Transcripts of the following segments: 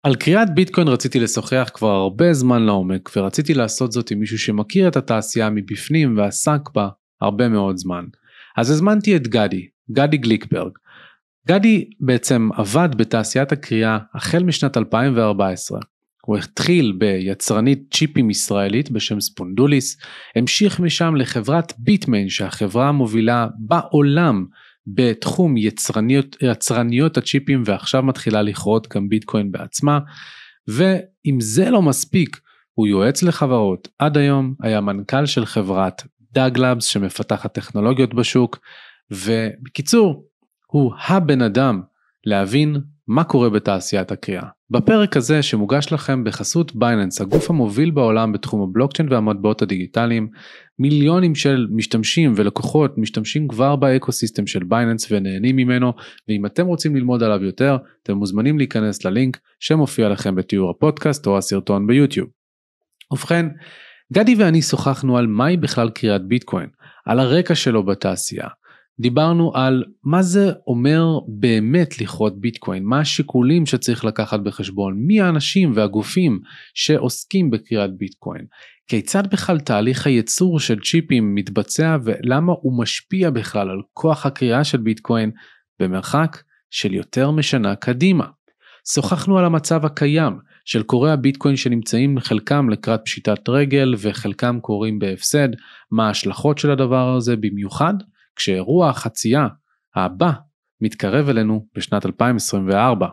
על קריאת ביטקוין רציתי לשוחח כבר הרבה זמן לעומק, ורציתי לעשות זאת עם מישהו שמכיר את התעשייה מבפנים ועסק בה הרבה מאוד זמן. אז הזמנתי את גדי גליקברג. גדי בעצם עבד בתעשיית הקריאה החל משנת 2014. הוא התחיל ביצרנית צ'יפים ישראלית בשם ספונדוליס, המשיך משם לחברת ביטמיין שהחברה המובילה בעולם בתחום יצרניות הצ'יפים, ועכשיו מתחילה לכרות גם ביטקוין בעצמה. ואם זה לא מספיק, הוא יועץ לחברות. עד היום היה מנכ"ל של חברת דאגלאבס שמפתחת טכנולוגיות בשוק, ובקיצור הוא הבן אדם להבין מה קורה בתעשיית הקריאה. בפרק הזה שמוגש לכם בחסות בייננס, הגוף המוביל בעולם בתחום הבלוקצ'יין והמטבעות הדיגיטליים, מיליונים של משתמשים ולקוחות משתמשים כבר באקוסיסטם של בייננס ונהנים ממנו, ואם אתם רוצים ללמוד עליו יותר, אתם מוזמנים להיכנס ללינק שמופיע לכם בתיאור הפודקאסט או הסרטון ביוטיוב. ובכן, גדי ואני שוחחנו על מהי בכלל קריאת ביטקוין, על הרקע שלו בתעשייה. דיברנו על מה זה אומר באמת לכרות ביטקוין, מה השיקולים שצריך לקחת בחשבון, מי האנשים והגופים שעוסקים בקריאת ביטקוין, כיצד בכלל תהליך הייצור של צ'יפים מתבצע ולמה הוא משפיע בכלל על כוח הקריאה של ביטקוין במרחק של יותר משנה קדימה. שוחחנו על המצב הקיים של קוראי הביטקוין שנמצאים חלקם לקראת פשיטת רגל וחלקם קוראים בהפסד, מה ההשלכות של הדבר הזה במיוחד, כשאירוע החצייה הבא מתקרב אלינו בשנת 2024.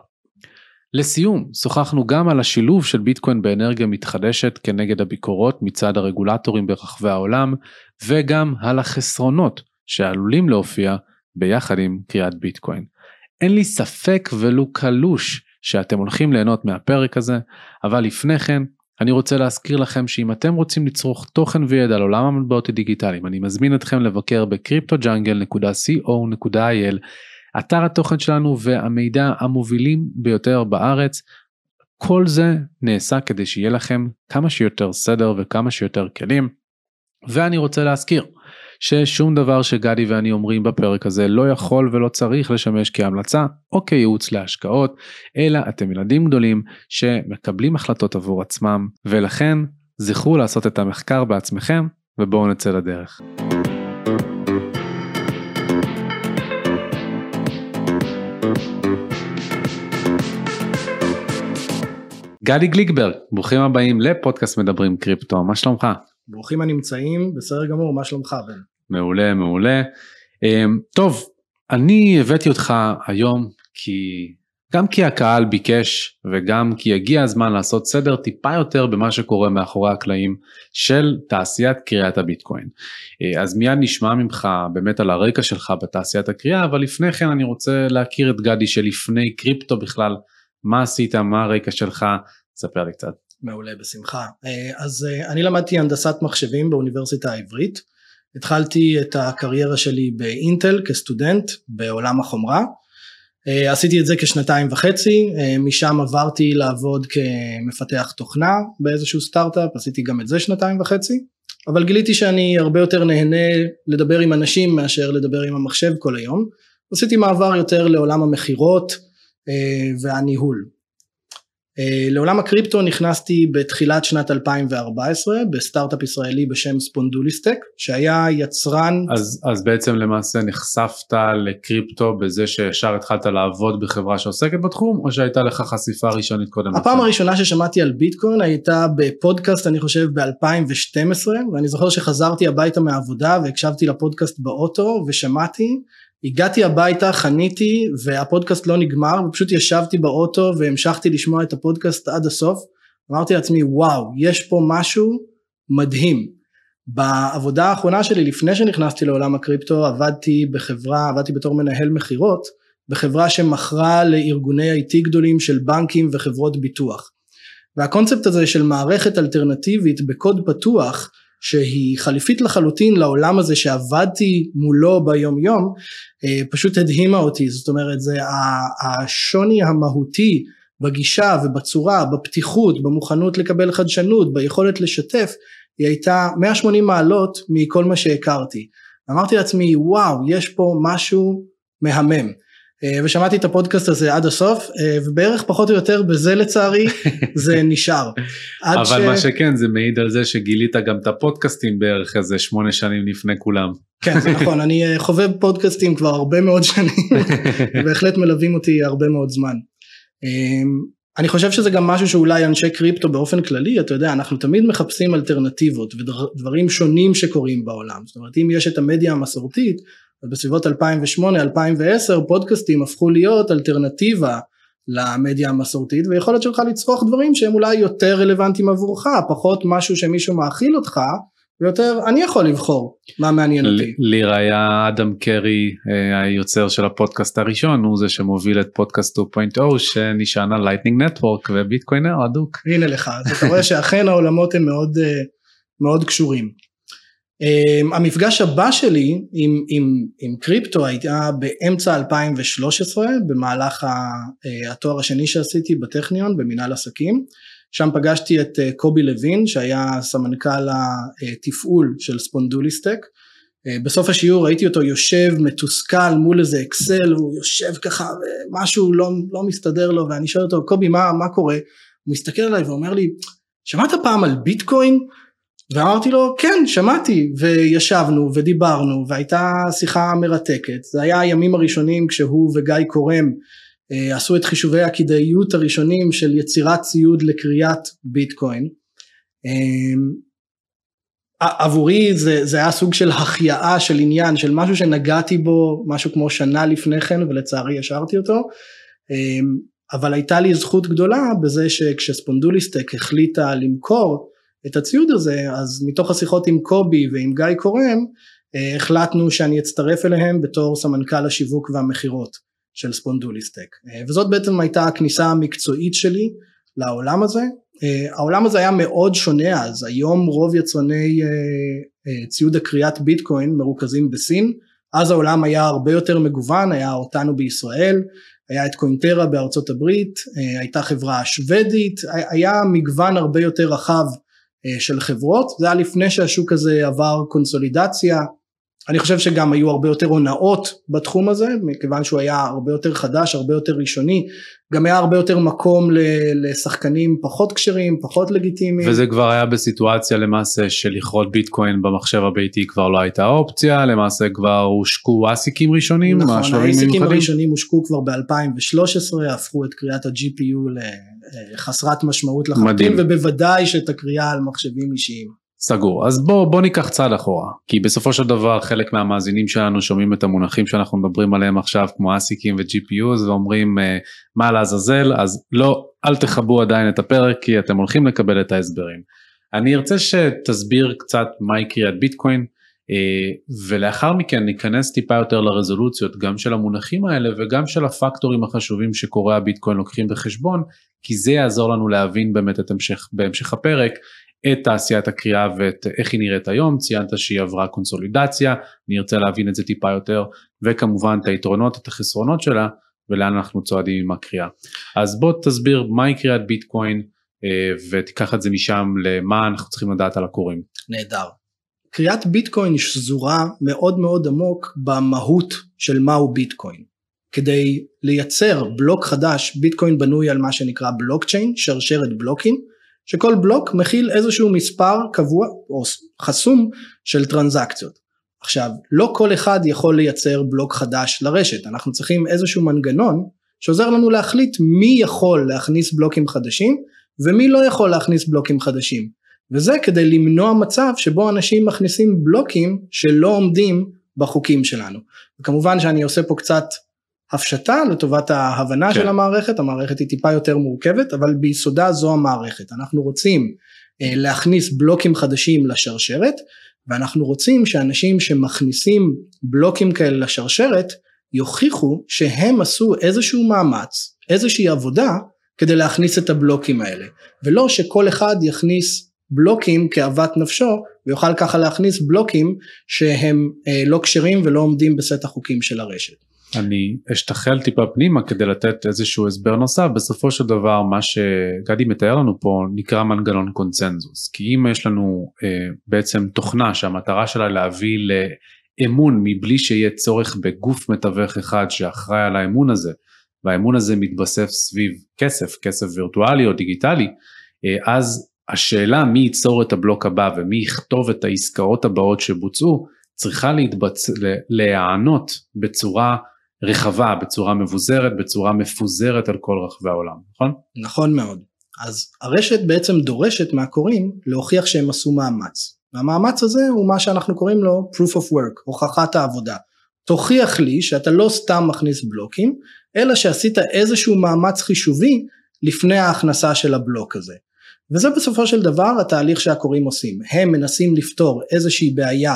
לסיום, שוחחנו גם על השילוב של ביטקוין באנרגיה מתחדשת כנגד הביקורות מצד הרגולטורים ברחבי העולם, וגם על החסרונות שעלולים להופיע ביחד עם קריאת ביטקוין. אין לי ספק ולו קלוש שאתם הולכים ליהנות מהפרק הזה, אבל לפני כן, אני רוצה להזכיר לכם שאם אתם רוצים לצרוך תוכן וידע על עולם המטבעות הדיגיטליים, אני מזמין אתכם לבקר ב-cryptojungle.co.il, אתר התוכן שלנו והמידע המובילים ביותר בארץ. כל זה נעשה כדי שיהיה לכם כמה שיותר סדר וכמה שיותר כלים. ואני רוצה להזכיר ששום דבר שגדי ואני אומרים בפרק הזה לא יכול ולא צריך לשמש כהמלצה או כייעוץ להשקעות, אלא אתם ילדים גדולים שמקבלים החלטות עבור עצמם, ולכן זכרו לעשות את המחקר בעצמכם, ובואו נצא לדרך. גדי גליקברג, ברוכים הבאים לפודקאסט מדברים קריפטו, מה שלומך? ברוכים הנמצאים, בסדר גמור, מה שלומך בן? מעולה, מעולה. טוב, אני הבאתי אותך היום גם כי הקהל ביקש וגם כי הגיע הזמן לעשות סדר טיפה יותר במה שקורה מאחורי הקלעים של תעשיית קריאת הביטקוין. אז מיד נשמע ממך באמת על הרקע שלך בתעשיית הקריאה, אבל לפני כן אני רוצה להכיר את גדי שלפני קריפטו בכלל, מה עשית, מה הרקע שלך, ספר לי קצת. מעולה, בשמחה. אז אני למדתי הנדסת מחשבים באוניברסיטה העברית, התחלתי את הקריירה שלי באינטל כסטודנט בעולם החומרה, עשיתי את זה כשנתיים וחצי, משם עברתי לעבוד כמפתח תוכנה באיזשהו סטארט-אפ, עשיתי גם את זה שנתיים וחצי, אבל גיליתי שאני הרבה יותר נהנה לדבר עם אנשים מאשר לדבר עם המחשב כל היום, עשיתי מעבר יותר לעולם המחירות והניהול. לעולם הקריפטו נכנסתי בתחילת שנת 2014 בסטארט-אפ ישראלי בשם ספונדוליסטק, שהיה יצרן. אז בעצם למעשה נחשפת לקריפטו בזה שישר התחלת לעבוד בחברה שעוסקת בתחום, או שהייתה לך חשיפה ראשונית קודם? הפעם הראשונה ששמעתי על ביטקוין הייתה בפודקאסט, אני חושב ב-2012, ואני זוכר שחזרתי הביתה מהעבודה והקשבתי לפודקאסט באוטו ושמעתי, הגעתי הביתה, חניתי, והפודקאסט לא נגמר, ופשוט ישבתי באוטו והמשכתי לשמוע את הפודקאסט עד הסוף. אמרתי לעצמי, וואו, יש פה משהו מדהים. בעבודה האחרונה שלי, לפני שנכנסתי לעולם הקריפטו, עבדתי בתור מנהל מחירות, בחברה שמכרה לארגוני IT גדולים של בנקים וחברות ביטוח. והקונספט הזה של מערכת אלטרנטיבית בקוד פתוח, שהיא חליפית לחלוטין לעולם הזה שעבדתי מולו ביום יום, פשוט הדהימה אותי. זאת אומרת, זה השוני המהותי בגישה ובצורה, בפתיחות, במוכנות לקבל חדשנות, ביכולת לשתף, היא הייתה 180 מעלות מכל מה שהכרתי. אמרתי לעצמי, וואו, יש פה משהו מהמם. ושמעתי את הפודקאסט הזה עד הסוף, ובערך פחות או יותר בזה לצערי, זה נשאר. אבל מה שכן, זה מעיד על זה שגילית גם את הפודקאסטים בערך איזה 8 שנים לפני כולם. כן, זה נכון, אני חובב פודקאסטים כבר הרבה מאוד שנים, בהחלט מלווים אותי הרבה מאוד זמן. אני חושב שזה גם משהו שאולי אנשי קריפטו באופן כללי, אתה יודע, אנחנו תמיד מחפשים אלטרנטיבות, ודברים שונים שקורים בעולם. זאת אומרת, אם יש את המדיה המסורתית, בסביבות 2008-2010 פודקאסטים הפכו להיות אלטרנטיבה למדיה המסורתית, ויכולת שלך לצרוך דברים שהם אולי יותר רלוונטיים עבורך, פחות משהו שמישהו מאכיל אותך, ויותר אני יכול לבחור מה מעניין אותי. ליר היה אדם קרי, היוצר של הפודקאסט הראשון, הוא זה שמוביל את פודקאסט 2.0 שנשען על לייטנינג נטוורק וביטקוינר הדוק. הנה לך, אז אתה רואה שאכן העולמות הם מאוד, מאוד קשורים. המפגש הבא שלי עם קריפטו הייתה באמצע 2013 במהלך התואר השני שעשיתי בטכניון במנהל עסקים, שם פגשתי את קובי לוין שהיה סמנכ"ל התפעול של ספונדוליסטק. בסוף השיעור ראיתי אותו יושב מתוסכל מול איזה אקסל, הוא יושב ככה ומשהו לא מסתדר לו, ואני שואל אותו קובי מה קורה? הוא מסתכל עליי ואומר לי, שמעת פעם על ביטקוין? ואמרתי לו כן שמעתי, וישבנו ודיברנו והייתה שיחה מרתקת. זה היה הימים הראשונים כשהוא וגיא קורם עשו את חישובי הכדאיות הראשונים של יצירת ציוד לקריאת ביטקוין. עבורי זה היה סוג של החייאה של עניין, של משהו שנגעתי בו משהו כמו שנה לפני כן, ולצערי השארתי אותו. אבל הייתה לי זכות גדולה בזה שכשספונדוליסטק החליטה למכור את הציוד הזה, אז מתוך השיחות עם קובי ועם גיא קורם, החלטנו שאני אצטרף אליהם בתור סמנכ"ל השיווק והמחירות של ספונדוליסטק. וזאת בעצם הייתה הכניסה המקצועית שלי לעולם הזה. העולם הזה היה מאוד שונה אז, היום רוב יצרני ציוד הקריאת ביטקוין מרוכזים בסין, אז העולם היה הרבה יותר מגוון, היה אותנו בישראל, היה את קוינטרה בארצות הברית, הייתה חברה שוודית, היה מגוון הרבה יותר רחב של חברות. זה היה לפני שהשוק הזה עבר קונסולידציה. אני חושב שגם היו הרבה יותר הונאות בתחום הזה, מכיוון שהוא היה הרבה יותר חדש, הרבה יותר ראשוני, גם היה הרבה יותר מקום לשחקנים פחות קשרים, פחות לגיטימיים. וזה כבר היה בסיטואציה למעשה של לכרות ביטקוין במחשב הביתי כבר לא הייתה אופציה, למעשה כבר הושקו אסיקים ראשונים. נכון, האסיקים הראשונים הושקו כבר ב-2013, הפכו את קריאת ה-GPU לחסרת משמעות לחלוטין, ובוודאי שאת הקריאה על מחשבים אישיים. סגור, אז בוא ניקח צעד אחורה, כי בסופו של דבר חלק מהמאזינים שלנו שומעים את המונחים שאנחנו מדברים עליהם עכשיו, כמו אסיקים ו-GPUs, ואומרים מה לעזאזל, אז לא, אל תחבו עדיין את הפרק, כי אתם הולכים לקבל את ההסברים. אני ארצה שתסביר קצת מהי קריאת ביטקוין, ולאחר מכן ניכנס טיפה יותר לרזולוציות, גם של המונחים האלה, וגם של הפקטורים החשובים שקוראי הביטקוין לוקחים בחשבון, כי זה יעזור לנו להבין באמת בהמשך הפרק, את תעשיית הקריאה ואת איך היא נראית היום. ציינת שהיא עברה קונסולידציה, נרצה להבין את זה טיפה יותר, וכמובן את היתרונות, את החסרונות שלה, ולאן אנחנו צועדים עם הקריאה. אז בוא תסביר מהי קריאת ביטקוין, ותיקח את זה משם למה אנחנו צריכים לדעת על הקוראים. נהדר. קריאת ביטקוין שזורה מאוד מאוד עמוק במהות של מהו ביטקוין. כדי לייצר בלוק חדש, ביטקוין בנוי על מה שנקרא בלוקצ'יין, שרשרת בלוקים, שכל בלוק מכיל איזשהו מספר קבוע או חסום של טרנזקציות. עכשיו, לא כל אחד יכול לייצר בלוק חדש לרשת, אנחנו צריכים איזשהו מנגנון שעוזר לנו להחליט מי יכול להכניס בלוקים חדשים ומי לא יכול להכניס בלוקים חדשים. וזה כדי למנוע מצב שבו אנשים מכניסים בלוקים שלא עומדים בחוקים שלנו. וכמובן שאני עושה פה קצת הפשטה לטובת ההבנה של המערכת, המערכת היא טיפה יותר מורכבת, אבל ביסודה זו המערכת. אנחנו רוצים להכניס בלוקים חדשים לשרשרת, ואנחנו רוצים שאנשים שמכניסים בלוקים כאלה לשרשרת, יוכיחו שהם עשו איזשהו מאמץ, איזושהי עבודה, כדי להכניס את הבלוקים האלה, ולא שכל אחד יכניס בלוקים כאוות נפשו, ויוכל ככה להכניס בלוקים שהם לא קשרים ולא עומדים בסט החוקים של הרשת. אני אשתחל טיפה פנימה כדי לתת איזשהו הסבר נוסף. בסופו של דבר מה שגדי מתאר לנו פה נקרא מנגנון קונצנזוס, כי אם יש לנו בעצם תוכנה שהמטרה שלה להביא אמון מבלי שיהיה צורך בגוף מתווך אחד שאחראי על האמון הזה, והאמון הזה מתבסס סביב כסף וירטואלי או דיגיטלי, אז השאלה מי ייצור את הבלוק הבא ומי יכתוב את העסקאות הבאות שבוצעו, צריכה להיענות בצורה רחבה, בצורה מבוזרת, בצורה מפוזרת על כל רחבי העולם, נכון? נכון מאוד. אז הרשת בעצם דורשת מהקוראים להוכיח שהם עשו מאמץ. והמאמץ הזה הוא מה שאנחנו קוראים לו proof of work, הוכחת העבודה. תוכיח לי שאתה לא סתם מכניס בלוקים, אלא שעשית איזשהו מאמץ חישובי לפני ההכנסה של הבלוק הזה. וזה בסופו של דבר התהליך שהקוראים עושים. הם מנסים לפתור איזושהי בעיה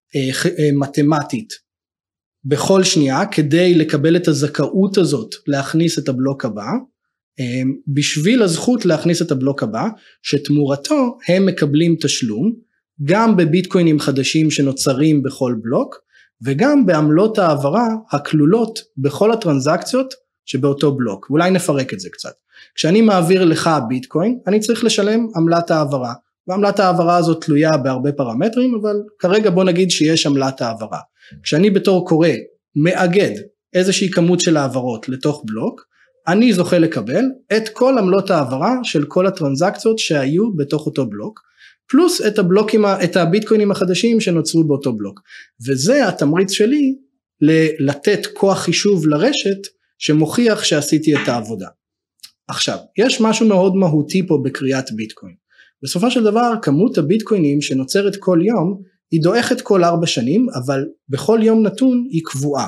מתמטית בכל שנייה, כדי לקבל את הזכאות הזאת להכניס את הבלוק הבא, בשביל הזכות להכניס את הבלוק הבא, שתמורתו הם מקבלים תשלום, גם בביטקוינים חדשים שנוצרים בכל בלוק, וגם בעמלות העברה הכלולות בכל הטרנזקציות שבאותו בלוק. ואולי נפרק את זה קצת. כשאני מעביר לך ביטקוין, אני צריך לשלם עמלת העברה, ועמלת העברה הזאת תלויה בהרבה פרמטרים, אבל כרגע בוא נגיד שיש עמלת העברה. כשאני בתור קורא מאגד איזושהי כמות של העברות לתוך בלוק, אני זוכה לקבל את כל עמלות העברה של כל הטרנזקציות שהיו בתוך אותו בלוק, פלוס את הביטקוינים החדשים שנוצרו באותו בלוק. וזה התמריץ שלי לתת כוח חישוב לרשת שמוכיח שעשיתי את העבודה. עכשיו, יש משהו מאוד מהותי פה בקריאת ביטקוין. בסופו של דבר, כמות הביטקוינים שנוצרת כל יום, היא כל 4 שנים, אבל בכל יום נתון היא קבועה.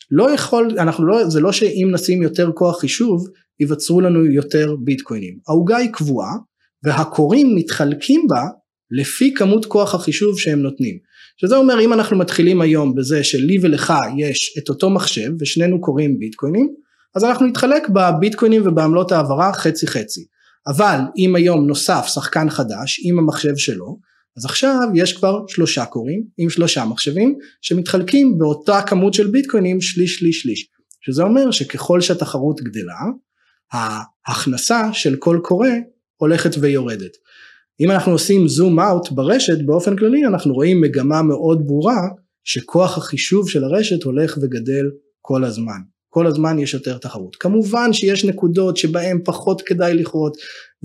זה לא שאם נשים יותר כוח חישוב, ייווצרו לנו יותר ביטקוינים. העוגה היא קבועה, והקוראים מתחלקים בה, לפי כמות כוח החישוב שהם נותנים. שזה אומר, אם אנחנו מתחילים היום בזה שלי ולך יש את אותו מחשב, ושנינו קוראים ביטקוינים, אז אנחנו נתחלק בביטקוינים ובעמלות העברה חצי חצי. אבל אם היום נוסף שחקן חדש עם המחשב שלו, אז עכשיו יש כבר 3 קוראים עם 3 מחשבים שמתחלקים באותה כמות של ביטקוינים שליש. שזה אומר שככל שהתחרות גדלה, ההכנסה של כל קורא הולכת ויורדת. אם אנחנו עושים זום אאוט ברשת באופן כללי, אנחנו רואים מגמה מאוד ברורה שכוח החישוב של הרשת הולך וגדל כל הזמן. כל הזמן יש יותר תחרות. כמובן שיש נקודות שבהן פחות כדאי לכרות,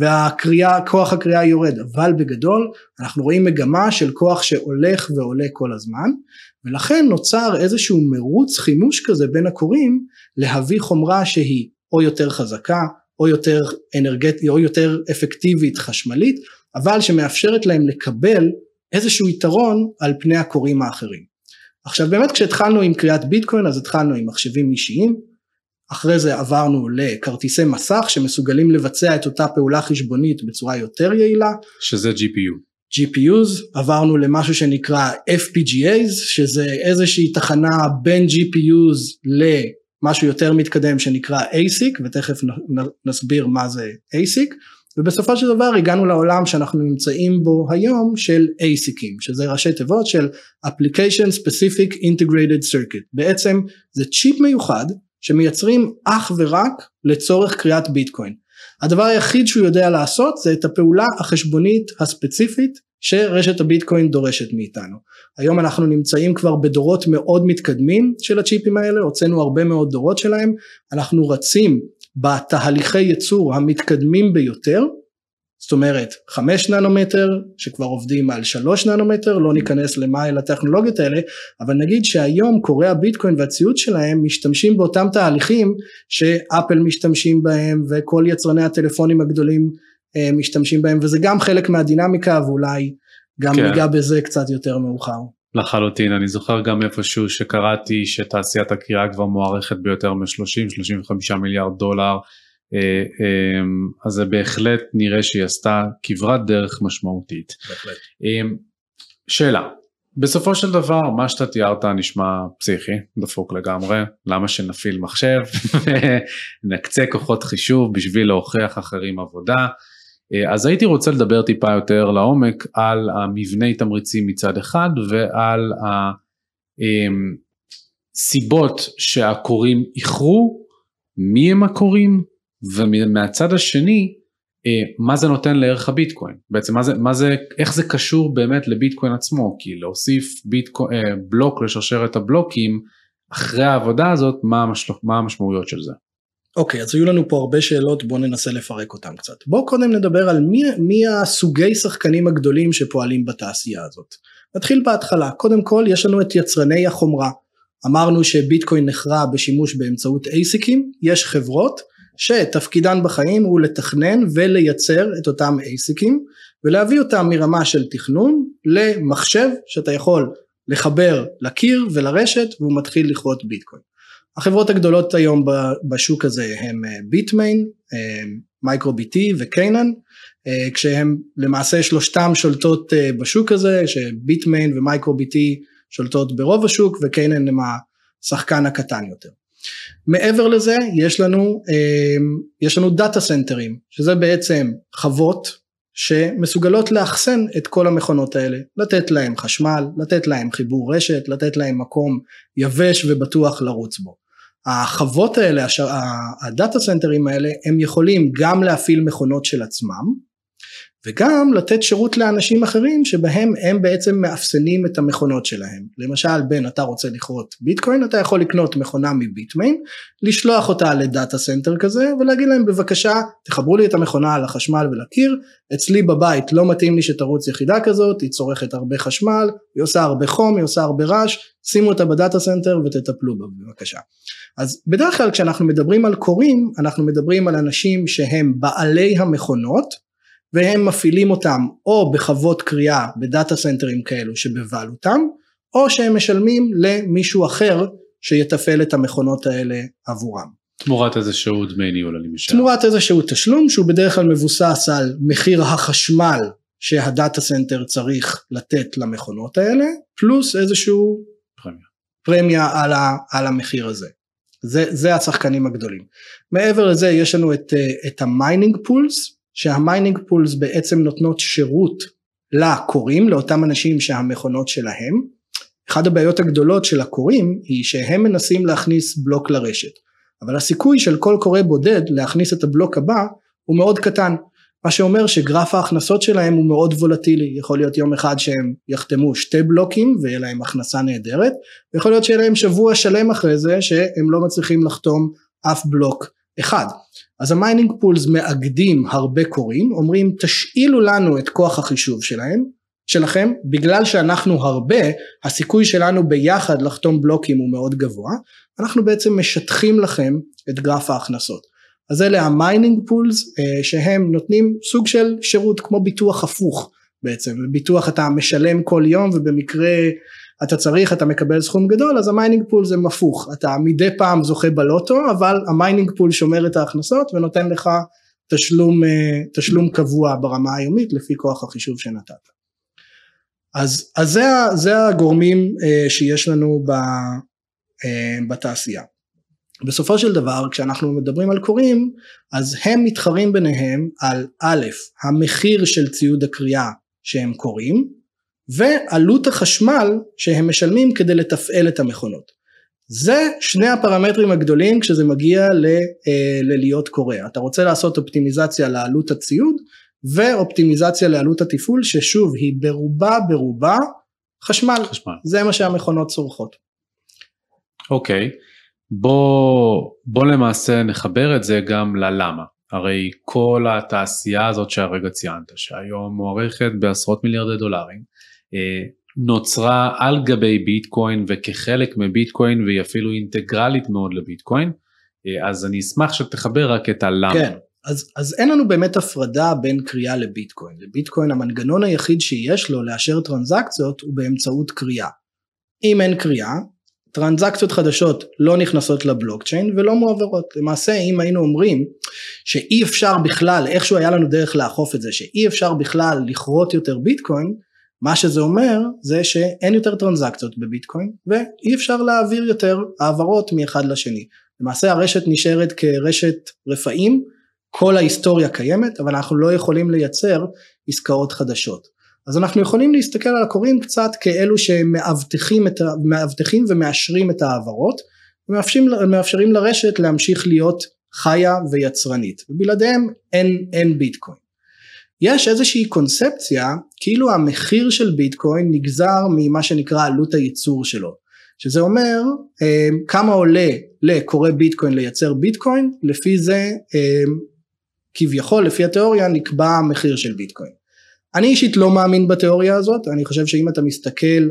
וכוח הקריאה יורד, אבל בגדול אנחנו רואים מגמה של כוח שהולך ועולה כל הזמן, ולכן נוצר איזשהו מרוץ חימוש כזה בין הקוראים, להביא חומרה שהיא או יותר חזקה, או יותר אנרגטית, או יותר אפקטיבית חשמלית, אבל שמאפשרת להם לקבל איזשהו יתרון על פני הקוראים האחרים. עכשיו באמת כשהתחלנו עם קריאת ביטקוין, אז התחלנו עם מחשבים אישיים, אחרי זה עברנו לכרטיסי מסך שמסוגלים לבצע את אותה פעולה חשבונית בצורה יותר יעילה. שזה GPU. GPUs, עברנו למשהו שנקרא FPGAs, שזה איזושהי תחנה בין GPUs למשהו יותר מתקדם שנקרא ASIC, ותכף נסביר מה זה ASIC, ובסופו של דבר הגענו לעולם שאנחנו נמצאים בו היום של ASICים, שזה ראשי תיבות של Application Specific Integrated Circuit. בעצם זה צ'יפ מיוחד שמייצרים אך ורק לצורך קריאת ביטקוין. הדבר היחיד שהוא יודע לעשות זה את הפעולה החשבונית הספציפית שרשת הביטקוין דורשת מאיתנו. היום אנחנו נמצאים כבר בדורות מאוד מתקדמים של הצ'יפים האלה, הוצאנו הרבה מאוד דורות שלהם, אנחנו רצים בתהליכי ייצור המתקדמים ביותר, זאת אומרת 5 ננומטר שכבר עובדים על 3 ננומטר, לא ניכנס למה אל הטכנולוגיות האלה, אבל נגיד שהיום קוראי הביטקוין והציוד שלהם משתמשים באותם תהליכים שאפל משתמשים בהם וכל יצרני הטלפונים הגדולים משתמשים בהם, וזה גם חלק מהדינמיקה ואולי גם ניגע בזה קצת יותר מאוחר. לחלוטין, אני זוכר גם איפשהו שקראתי שתעשיית הקריאה כבר מוערכת ביותר מ-30-35 מיליארד דולר, אז זה בהחלט נראה שהיא עשתה כברת דרך משמעותית. בהחלט. שאלה, בסופו של דבר מה שאתה תיארת נשמע פסיכי, דפוק לגמרי, למה שנפעיל מחשב ונקצה כוחות חישוב בשביל להוכיח אחרים עבודה, אז הייתי רוצה לדבר טיפה יותר לעומק על המבני תמריצים מצד אחד ועל הסיבות שהקוראים איחרו, מי הם הקוראים, ומהצד השני מה זה נותן לערך הביטקוין? בעצם איך זה קשור באמת לביטקוין עצמו? כי להוסיף בלוק לשרשרת הבלוקים, אחרי העבודה הזאת, מה המשמעויות של זה? אוקיי, אז היו לנו פה הרבה שאלות, בואו ננסה לפרק אותם קצת. בואו קודם נדבר על מי הסוגי שחקנים הגדולים שפועלים בתעשייה הזאת. נתחיל בהתחלה, קודם כל יש לנו את יצרני החומרה. אמרנו שביטקוין נחרא בשימוש באמצעות ASICים, יש חברות שתפקידן בחיים הוא לתכנן ולייצר את אותם ASICים, ולהביא אותם מרמה של תכנון למחשב שאתה יכול לחבר לקיר ולרשת, והוא מתחיל לכרות ביטקוין. החברות הגדולות היום בשוק הזה הם ביטמיין, מייקרו-BT וקיינן, כשהם למעשה שלושתם שולטות בשוק הזה, שביטמיין ומייקרו-BT שולטות ברוב השוק, וקיינן הם השחקן הקטן יותר. מעבר לזה יש לנו דאטה סנטרים, שזה בעצם חוות שמסוגלות לאחסן את כל המכונות האלה, לתת להם חשמל, לתת להם חיבור רשת, לתת להם מקום יבש ובטוח לרוץ בו. החוות האלה, הדאטה סנטרים האלה, הם יכולים גם להפעיל מכונות של עצמם, וגם לתת שירות לאנשים אחרים שבהם הם בעצם מאפסנים את המכונות שלהם. למשל, בין אתה רוצה לכרות ביטקוין, אתה יכול לקנות מכונה מביטמיין, לשלוח אותה לדאטה סנטר כזה, ולהגיד להם בבקשה, תחברו לי את המכונה על החשמל ולקיר, אצלי בבית לא מתאים לי שתרוץ יחידה כזאת, היא צורכת הרבה חשמל, היא עושה הרבה חום, היא עושה הרבה רעש, שימו אותה בדאטה סנטר ותטפלו בה בבקשה. אז בדרך כלל כשאנחנו מדברים על קוראים, אנחנו מדברים על אנשים שהם בעלי המכונות, והם מפעילים אותם או בחוות קריאה בדאטה סנטרים כאלו שבבעלותם, או שהם משלמים למישהו אחר שיתפעל את המכונות האלה עבורם. תמורת איזשהו דמי ניהול אני משער. תמורת איזשהו תשלום שהוא בדרך כלל מבוסס על מחיר החשמל שהדאטה סנטר צריך לתת למכונות האלה, פלוס איזשהו פרמיה על המחיר הזה. זה השחקנים הגדולים. מעבר לזה יש לנו את המיינינג פולס, שהמיינינג פולס בעצם נותנות שירות לקוראים, לאותם אנשים שהמכונות שלהם. אחד הבעיות הגדולות של הקוראים היא שהם מנסים להכניס בלוק לרשת, אבל הסיכוי של כל קורא בודד להכניס את הבלוק הבא הוא מאוד קטן, מה שאומר שגרף ההכנסות שלהם הוא מאוד וולטילי. יכול להיות יום אחד שהם יחתמו 2 בלוקים ויהיה להם הכנסה נהדרת, ויכול להיות שיהיה להם שבוע שלם אחרי זה שהם לא מצליחים לחתום אף בלוק אחד. אז המיינינג פולס מאגדים הרבה קוראים, אומרים תשאילו לנו את כוח החישוב שלכם, בגלל שאנחנו הרבה, הסיכוי שלנו ביחד לחתום בלוקים הוא מאוד גבוה, אנחנו בעצם משטחים לכם את גרף ההכנסות. אז אלה המיינינג פולס שהם נותנים סוג של שירות כמו ביטוח הפוך בעצם, ביטוח אתה משלם כל יום ובמקרה אתה מקבל סכום גדול, אז המיינינג פול זה הפוך, אתה מדי פעם זוכה בלוטו, אבל המיינינג פול שומר את ההכנסות ונותן לך תשלום קבוע ברמה היומית לפי כוח החישוב שנתת. אז זה הגורמים שיש לנו בתעשייה. בסופו של דבר כשאנחנו מדברים על קוראים, אז הם מתחרים ביניהם על א', המחיר של ציוד הקריאה שהם קוראים, ועלות החשמל שהם משלמים כדי לתפעל את המכונות. זה שני הפרמטרים הגדולים כשזה מגיע להיות קורא. אתה רוצה לעשות אופטימיזציה לעלות הציוד, ואופטימיזציה לעלות התפעול, ששוב היא ברובה חשמל. זה מה שהמכונות צורכות. אוקיי, בוא למעשה נחבר את זה גם ללמה. הרי כל התעשייה הזאת שהרגע ציינת, שהיום מוערכת בעשרות מיליארדי דולרים, נוצרה על גבי ביטקוין וכחלק מביטקוין, והיא אפילו אינטגרלית מאוד לביטקוין, אז אני אשמח שתחבר רק את הלמה. כן, אז אין לנו באמת הפרדה בין קריאה לביטקוין. לביטקוין המנגנון היחיד שיש לו לאשר טרנזקציות הוא באמצעות קריאה. אם אין קריאה, טרנזקציות חדשות לא נכנסות לבלוקצ'יין ולא מועברות. למעשה אם היינו אומרים שאי אפשר בכלל, איכשהו היה לנו דרך לאכוף את זה, שאי אפשר בכלל לכרות יותר ביטקוין, מה שזה אומר זה שאין יותר טרנזקציות בביטקוין, ואי אפשר להעביר יותר העברות מאחד לשני. למעשה הרשת נשארת כרשת רפאים, כל ההיסטוריה קיימת, אבל אנחנו לא יכולים לייצר עסקאות חדשות. אז אנחנו יכולים להסתכל על הקוראים קצת כאלו שמאבטחים ומאשרים את העברות, ומאפשרים לרשת להמשיך להיות חיה ויצרנית, ובלעדיהם אין ביטקוין. יש איזושהי קונספציה, כאילו המחיר של ביטקוין נגזר ממה שנקרא עלות הייצור שלו, שזה אומר כמה עולה לקורא ביטקוין לייצר ביטקוין, לפי זה כביכול לפי התיאוריה נקבע המחיר של ביטקוין. אני אישית לא מאמין בתיאוריה הזאת, אני חושב שאם אתה מסתכל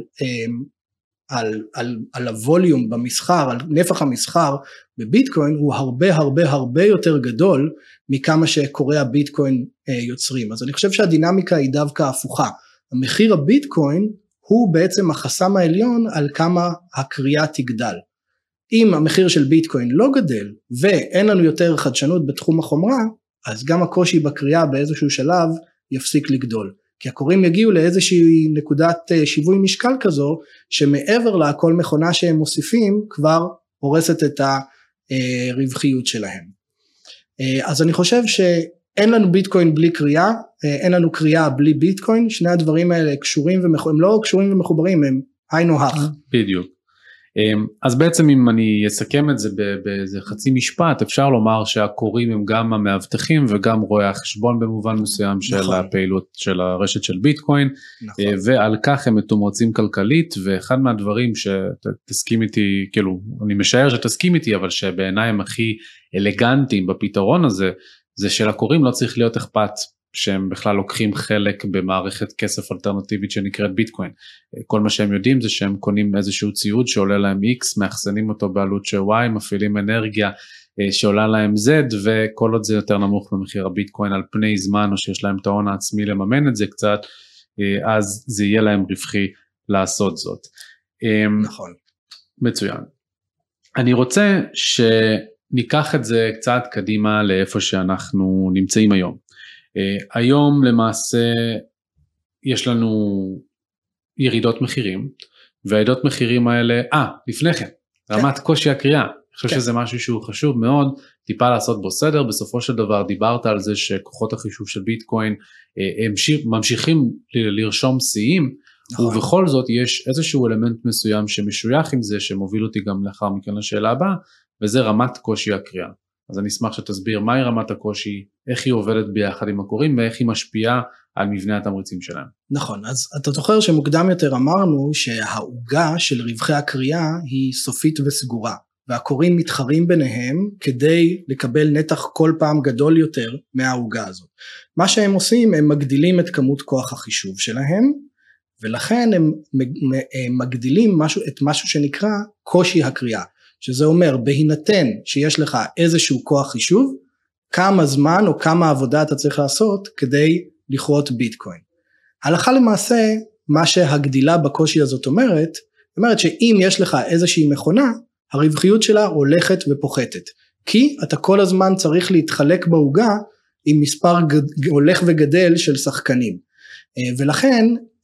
על הווליום במסחר, על נפח המסחר בביטקוין, הוא הרבה יותר גדול מכמה שקוראי הביטקוין יוצרים. אז אני חושב שהדינמיקה היא דווקא הפוכה. המחיר הביטקוין הוא בעצם החסם העליון על כמה הקריאה תגדל. אם המחיר של ביטקוין לא גדל ואין לנו יותר חדשנות בתחום החומרה, אז גם הקושי בקריאה באיזשהו שלב יפסיק לגדול. כי הקוראים יגיעו לאיזושהי נקודת שיווי משקל כזו, שמעבר לה כל מכונה שהם מוסיפים כבר הורסת את הרווחיות שלהם. אז אני חושב שאין לנו ביטקוין בלי קריאה, אין לנו קריאה בלי ביטקוין, שני הדברים האלה קשורים הם לא קשורים ומחוברים, הם היינו הך. בדיוק. אז בעצם אם אני אסכם את זה באיזה חצי משפט, אפשר לומר שהקוראים הם גם המאבטחים וגם רואי החשבון במובן מסוים של נכון. הפעילות של הרשת של ביטקוין, נכון. ועל כך הם מתומרצים כלכלית, ואחד מהדברים שתסכים איתי, כאילו אני משער שתסכים איתי, אבל שבעיניי הם הכי אלגנטיים בפתרון הזה, זה שלקוראים לא צריך להיות אכפת, שהם בכלל לוקחים חלק במערכת כסף אלטרנטיבית שנקראת ביטקוין. כל מה שהם יודעים זה שהם קונים איזשהו ציוד שעולה להם X, מאחסנים אותו בעלות של Y, מפעילים אנרגיה שעולה להם Z, וכל עוד זה יותר נמוך במחיר הביטקוין על פני זמן, או שיש להם את ההון העצמי לממן את זה קצת, אז זה יהיה להם רווחי לעשות זאת. נכון. מצוין. אני רוצה שניקח את זה קצת קדימה לאיפה שאנחנו נמצאים היום. היום למעשה יש לנו ירידות מחירים, והירידות מחירים האלה, לפני כן, רמת קושי הקריאה, אני חושב שזה משהו שהוא חשוב מאוד, טיפה לעשות בו סדר. בסופו של דבר דיברת על זה שכוחות החישוב של ביטקוין ממשיכים לרשום שיאים, ובכל זאת יש איזשהו אלמנט מסוים שמשוייך עם זה, שמוביל אותי גם לאחר מכן לשאלה הבאה, וזה רמת קושי הקריאה. אז אני אשמח שתסביר מהי רמת הקושי, איך היא עובדת ביחד עם הקוראים, ואיך היא משפיעה על מבנה התמריצים שלהם. נכון, אז אתה זוכר שמוקדם יותר אמרנו שהעוגה של רווחי הקריאה היא סופית וסגורה, והקוראים מתחרים ביניהם כדי לקבל נתח כל פעם גדול יותר מהעוגה הזאת. מה שהם עושים, הם מגדילים את כמות כוח החישוב שלהם, ולכן הם מגדילים את משהו שנקרא קושי הקריאה. שזה אומר, בהינתן שיש לך איזשהו כוח חישוב, כמה זמן או כמה עבודה אתה צריך לעשות כדי לכרות ביטקוין. הלכה למעשה, מה שהגדילה בקושי הזאת אומרת שאם יש לך איזושהי מכונה, הרווחיות שלה הולכת ופוחתת. כי אתה כל הזמן צריך להתחלק בעוגה עם מספר הולך וגדל של שחקנים. ולכן,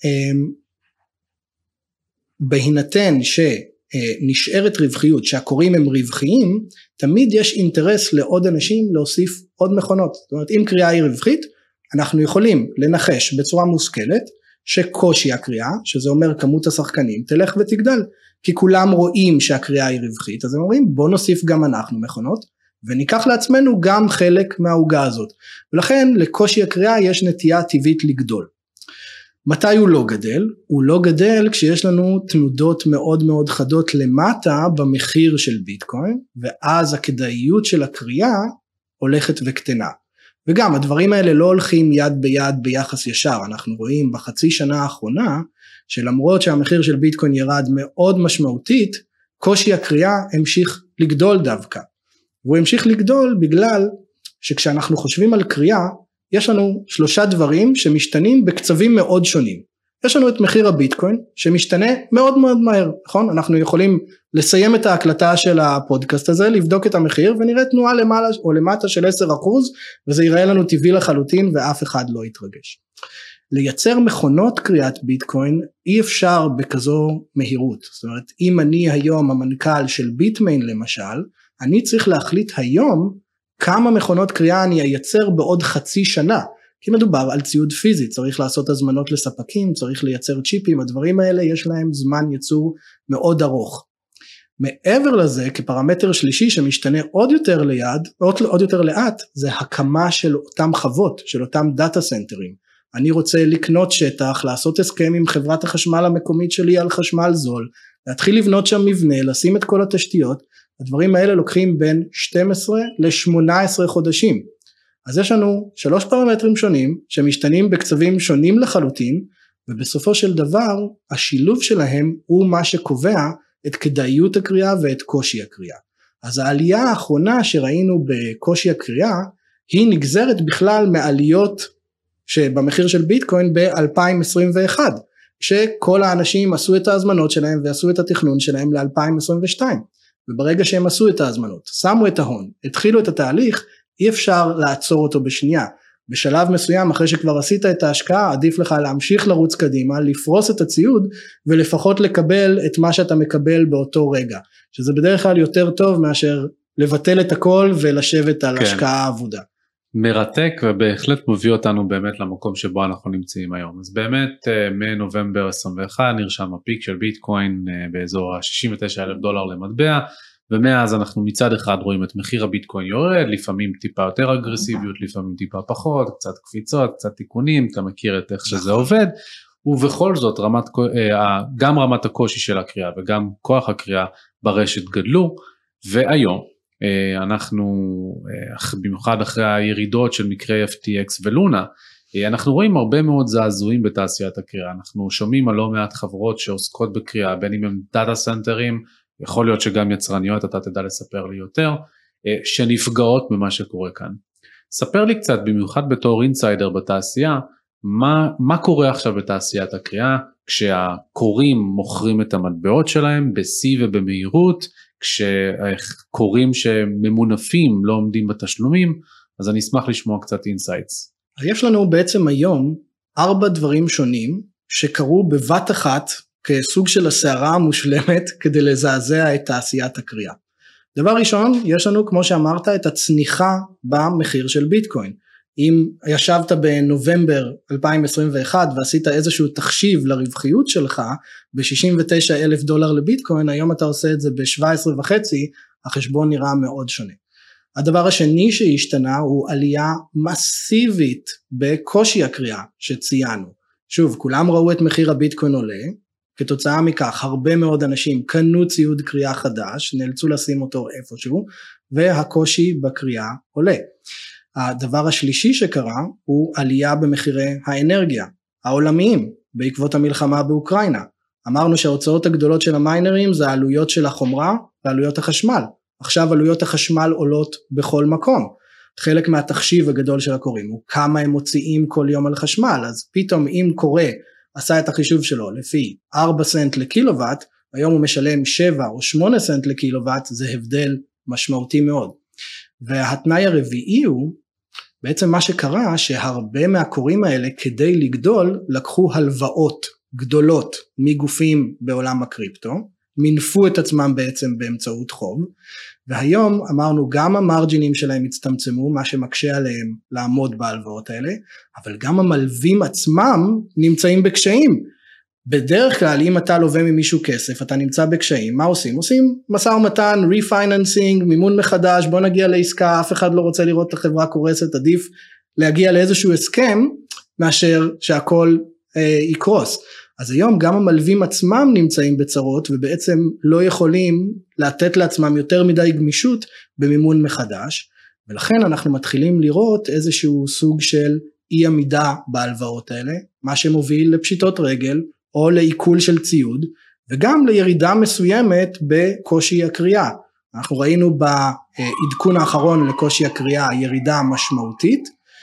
בהינתן נשארת רווחיות, שהקוראים הם רווחיים, תמיד יש אינטרס לעוד אנשים להוסיף עוד מכונות. זאת אומרת, אם קריאה היא רווחית, אנחנו יכולים לנחש בצורה מושכלת, שקושי הקריאה, שזה אומר כמות השחקנים, תלך ותגדל, כי כולם רואים שהקריאה היא רווחית, אז הם אומרים בוא נוסיף גם אנחנו מכונות, וניקח לעצמנו גם חלק מהעוגה הזאת, ולכן לקושי הקריאה יש נטייה טבעית לגדול. מתי הוא לא גדל? הוא לא גדל כשיש לנו תנודות מאוד מאוד חדות למטה במחיר של ביטקוין, ואז הכדאיות של הקריאה הולכת וקטנה. וגם הדברים האלה לא הולכים יד ביד ביחס ישר, אנחנו רואים בחצי שנה האחרונה, שלמרות שהמחיר של ביטקוין ירד מאוד משמעותית, קושי הקריאה המשיך לגדול דווקא. והוא המשיך לגדול בגלל שכשאנחנו חושבים על קריאה, יש לנו 3 דברים שמשתנים בקצבים מאוד שונים. יש לנו את מחיר הביטקוין שמשתנה מאוד מאוד מהר, נכון? אנחנו יכולים לסיים את ההקלטה של הפודקאסט הזה, לבדוק את המחיר ונראה תנועה למעלה או למטה של 10%, וזה ייראה לנו טבעי לחלוטין ואף אחד לא יתרגש. לייצר מכונות קריאת ביטקוין אי אפשר בכזו מהירות. זאת אומרת, אם אני היום המנכ"ל של ביטמיין למשל, אני צריך להחליט היום כמה מכונות קריאה אני אייצר בעוד חצי שנה, כי מדובר על ציוד פיזי, צריך לעשות הזמנות לספקים, צריך לייצר צ'יפים, הדברים האלה יש להם זמן ייצור מאוד ארוך. מעבר לזה, כפרמטר שלישי שמשתנה עוד יותר לאט, זה הקמה של אותם חוות, של אותם דאטה סנטרים. אני רוצה לקנות שטח, לעשות הסכם עם חברת החשמל המקומית שלי על חשמל זול, להתחיל לבנות שם מבנה, לשים את כל התשתיות, הדברים האלה לוקחים בין 12 ל-18 חודשים. אז יש לנו 3 פרמטרים שונים, שמשתנים בקצבים שונים לחלוטין, ובסופו של דבר, השילוב שלהם הוא מה שקובע את כדאיות הקריאה ואת קושי הקריאה. אז העלייה האחרונה שראינו בקושי הקריאה, היא נגזרת בכלל מעליות שבמחיר של ביטקוין ב-2021, שכל האנשים עשו את ההזמנות שלהם ועשו את התכנון שלהם ל-2022, וברגע שהם עשו את ההזמנות, שמו את ההון, התחילו את התהליך, אי אפשר לעצור אותו בשנייה. בשלב מסוים, אחרי שכבר עשית את ההשקעה, עדיף לך להמשיך לרוץ קדימה, לפרוס את הציוד, ולפחות לקבל את מה שאתה מקבל באותו רגע, שזה בדרך כלל יותר טוב מאשר לבטל את הכל ולשבת על השקעה עבודה. מרתק, ובהחלט מביא אותנו באמת למקום שבו אנחנו נמצאים היום. אז באמת מנובמבר 21 נרשם הפיק של ביטקוין באזור $69,000 למטבע, ומאז אנחנו מצד אחד רואים את מחיר הביטקוין יורד, לפעמים טיפה יותר אגרסיביות, לפעמים טיפה פחות, קצת קפיצות, קצת תיקונים, אתה מכיר את איך שזה עובד, ובכל זאת גם רמת הקושי של הקריאה וגם כוח הקריאה ברשת גדלו, והיום אנחנו במיוחד אחרי הירידות של מקרי FTX ולונה, אנחנו רואים הרבה מאוד זעזועים בתעשיית הקריאה, אנחנו שומעים על לא מעט חברות שעוסקות בקריאה, בין אם הם דאטה סנטרים, יכול להיות שגם יצרניות, אתה תדע לספר לי יותר, שנפגעות ממה שקורה כאן. ספר לי קצת, במיוחד בתור אינסיידר בתעשייה, מה קורה עכשיו בתעשיית הקריאה, כשהקוראים מוכרים את המטבעות שלהם ב-C ובמהירות, כשקוראים שממונפים לא עומדים בתשלומים, אז אני אשמח לשמוע קצת אינסייטס. יש לנו בעצם היום 4 דברים שונים, שקרו בבת אחת, כסוג של הסערה המושלמת, כדי לזעזע את תעשיית הקריאה. דבר ראשון, יש לנו, כמו שאמרת, את הצניחה במחיר של ביטקוין. אם ישבת בנובמבר 2021 ועשית איזשהו תחשיב לרווחיות שלך ב-$69,000 לביטקוין, היום אתה עושה את זה ב-17.5, החשבון נראה מאוד שונה. הדבר השני שהשתנה הוא עלייה מסיבית בקושי הקריאה שציינו. שוב, כולם ראו את מחיר הביטקוין עולה, כתוצאה מכך הרבה מאוד אנשים קנו ציוד קריאה חדש, נאלצו לשים אותו איפשהו, והקושי בקריאה עולה. הדבר השלישי שקרה הוא עלייה במחירי האנרגיה העולמיים בעקבות המלחמה באוקראינה. אמרנו שההוצאות הגדולות של המיינרים זה העלויות של החומרה ועלויות החשמל. עכשיו עלויות החשמל עולות בכל מקום. חלק מהתחשיב הגדול של הקוראים הוא כמה הם מוציאים כל יום על חשמל, אז פתאום אם קורא עשה את החישוב שלו לפי 4 סנט לקילוואט, היום הוא משלם 7 או 8 סנט לקילוואט, זה הבדל משמעותי מאוד. והתנאי הרביעי הוא, בעצם מה שקרה, שהרבה מהקוראים האלה כדי לגדול, לקחו הלוואות גדולות מגופים בעולם הקריפטו, מנפו את עצמם בעצם באמצעות חוב, והיום אמרנו גם המרג'ינים שלהם הצטמצמו, מה שמקשה עליהם לעמוד בהלוואות האלה, אבל גם המלווים עצמם נמצאים בקשיים. בדרך כלל אם אתה לווה ממישהו כסף, אתה נמצא בקשיים, מה עושים? עושים משא ומתן, ריפייננסינג, מימון מחדש, בוא נגיע לעסקה, אף אחד לא רוצה לראות את החברה קורסת, עדיף להגיע לאיזשהו הסכם, מאשר שהכל יקרוס. אז היום גם המלווים עצמם נמצאים בצרות, ובעצם לא יכולים לתת לעצמם יותר מדי גמישות במימון מחדש, ולכן אנחנו מתחילים לראות איזשהו סוג של אי עמידה בהלוואות האלה, מה שמוביל לפשיטות רגל, או לעיכול של ציוד, וגם לירידה מסוימת בקושי הקריאה. אנחנו ראינו בעדכון האחרון לקושי הקריאה ירידה משמעותית,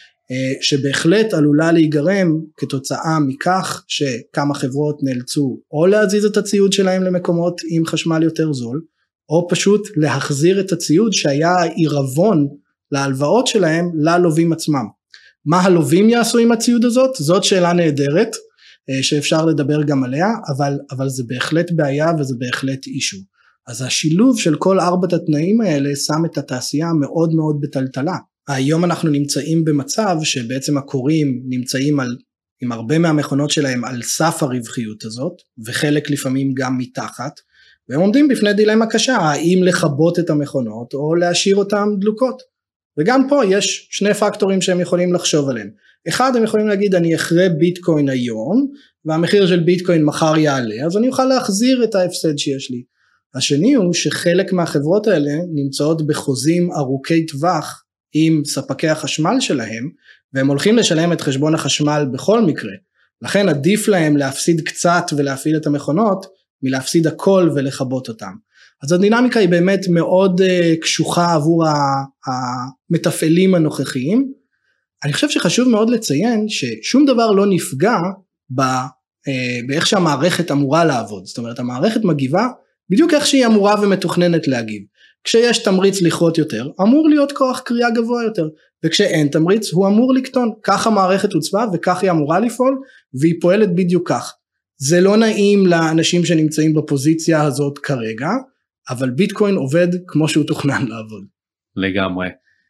שבהחלט עלולה להיגרם כתוצאה מכך שכמה חברות נאלצו או להזיז את הציוד שלהם למקומות עם חשמל יותר זול, או פשוט להחזיר את הציוד שהיה עירבון להלוואות שלהם ללווים עצמם. מה הלווים יעשו עם הציוד הזאת? זאת שאלה נהדרת, שאפשר לדבר גם עליה, אבל זה בהחלט בעיה וזה בהחלט אישו. אז השילוב של כל 4 התנאים האלה שם את התעשייה מאוד מאוד בטלטלה. היום אנחנו נמצאים במצב שבעצם הקוראים נמצאים עם הרבה מהמכונות שלהם על סף הרווחיות הזאת, וחלק לפעמים גם מתחת, והם עומדים בפני דילמה קשה, האם לכבות את המכונות או להשאיר אותן דלוקות. וגם פה יש שני פקטורים שהם יכולים לחשוב עליהם. אחד, הם יכולים להגיד אני אחרה ביטקוין היום, והמחיר של ביטקוין מחר יעלה, אז אני אוכל להחזיר את ההפסד שיש לי. השני הוא שחלק מהחברות האלה נמצאות בחוזים ארוכי טווח עם ספקי החשמל שלהם, והם הולכים לשלם את חשבון החשמל בכל מקרה. לכן עדיף להם להפסיד קצת ולהפעיל את המכונות, מלהפסיד הכל ולכבות אותם. אז הדינמיקה היא באמת מאוד קשוחה עבור המתפעלים הנוכחיים. אני חושב שחשוב מאוד לציין ששום דבר לא נפגע באיך שהמערכת אמורה לעבוד. זאת אומרת, המערכת מגיבה בדיוק איך שהיא אמורה ומתוכננת להגיב. כשיש תמריץ לכרות יותר, אמור להיות כוח קריאה גבוה יותר, וכשאין תמריץ הוא אמור לקטון. כך המערכת הוצבה וכך היא אמורה לפעול, והיא פועלת בדיוק כך. זה לא נעים לאנשים שנמצאים בפוזיציה הזאת כרגע, אבל ביטקוין עובד כמו שהוא תוכנן לעבוד. לגמרי.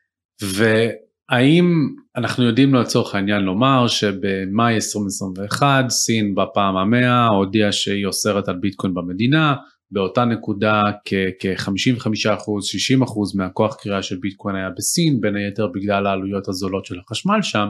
והאם אנחנו יודעים לצורך העניין לומר שבמאי 2021 סין בפעם ה-100 הודיעה שהיא אוסרת על ביטקוין במדינה, באותה נקודה כ-55%, 60% מהכוח קריאה של ביטקוין היה בסין, בין היתר בגלל העלויות הזולות של החשמל שם,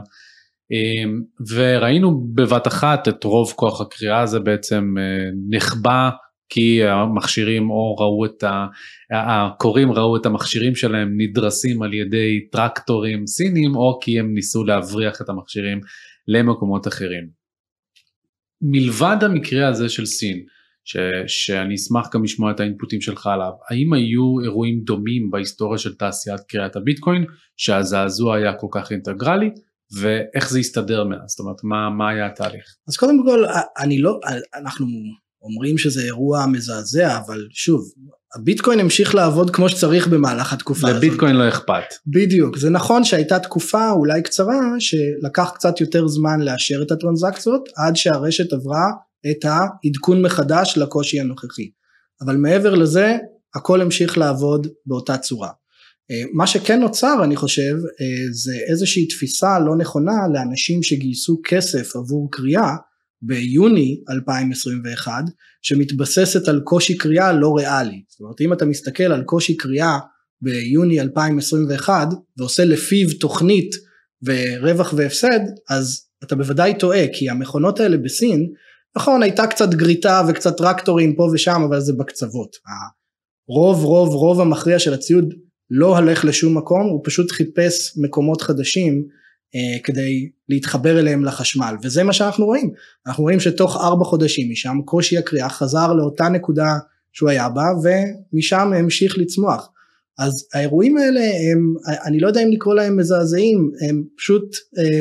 וראינו בבת אחת את רוב כוח הקריאה הזה בעצם נחבא, כי המכשירים או הקוראים ראו את המכשירים שלהם נדרסים על ידי טרקטורים סינים, או כי הם ניסו להבריח את המכשירים למקומות אחרים. מלבד המקרה הזה של סין, שאני אשמח גם לשמוע את האינפוטים שלך עליו, האם היו אירועים דומים בהיסטוריה של תעשיית קריאת הביטקוין, שהזעזוע היה כל כך אינטגרלי, ואיך זה יסתדר מאז? זאת אומרת, מה היה התהליך? אז קודם כל, אנחנו אומרים שזה אירוע מזעזע, אבל שוב, הביטקוין המשיך לעבוד כמו שצריך במהלך התקופה הזאת. לביטקוין לא אכפת. בדיוק, זה נכון שהייתה תקופה אולי קצרה, שלקח קצת יותר זמן לאשר את הטרנזקציות, עד שהרשת עברה את העדכון מחדש לקושי הנוכחי. אבל מעבר לזה, הכל המשיך לעבוד באותה צורה. מה שכן נוצר, אני חושב, זה איזושהי תפיסה לא נכונה לאנשים שגייסו כסף עבור קריאה ביוני 2021, שמתבססת על קושי קריאה לא ריאלי. זאת אומרת, אם אתה מסתכל על קושי קריאה ביוני 2021, ועושה לפיו תוכנית ורווח והפסד, אז אתה בוודאי טועה, כי המכונות האלה בסין, נכון, הייתה קצת גריטה וקצת טרקטורים פה ושם, אבל זה בקצוות. רוב המכריע של הציוד לא הלך לשום מקום, הוא פשוט חיפש מקומות חדשים כדי להתחבר אליהם לחשמל, וזה מה שאנחנו רואים. אנחנו רואים שתוך 4 חודשים משם קושי הקריאה חזר לאותה נקודה שהוא היה בה, ומשם המשיך לצמוח. אז האירועים האלה, אני לא יודע אם לקרוא להם מזעזעים, הם פשוט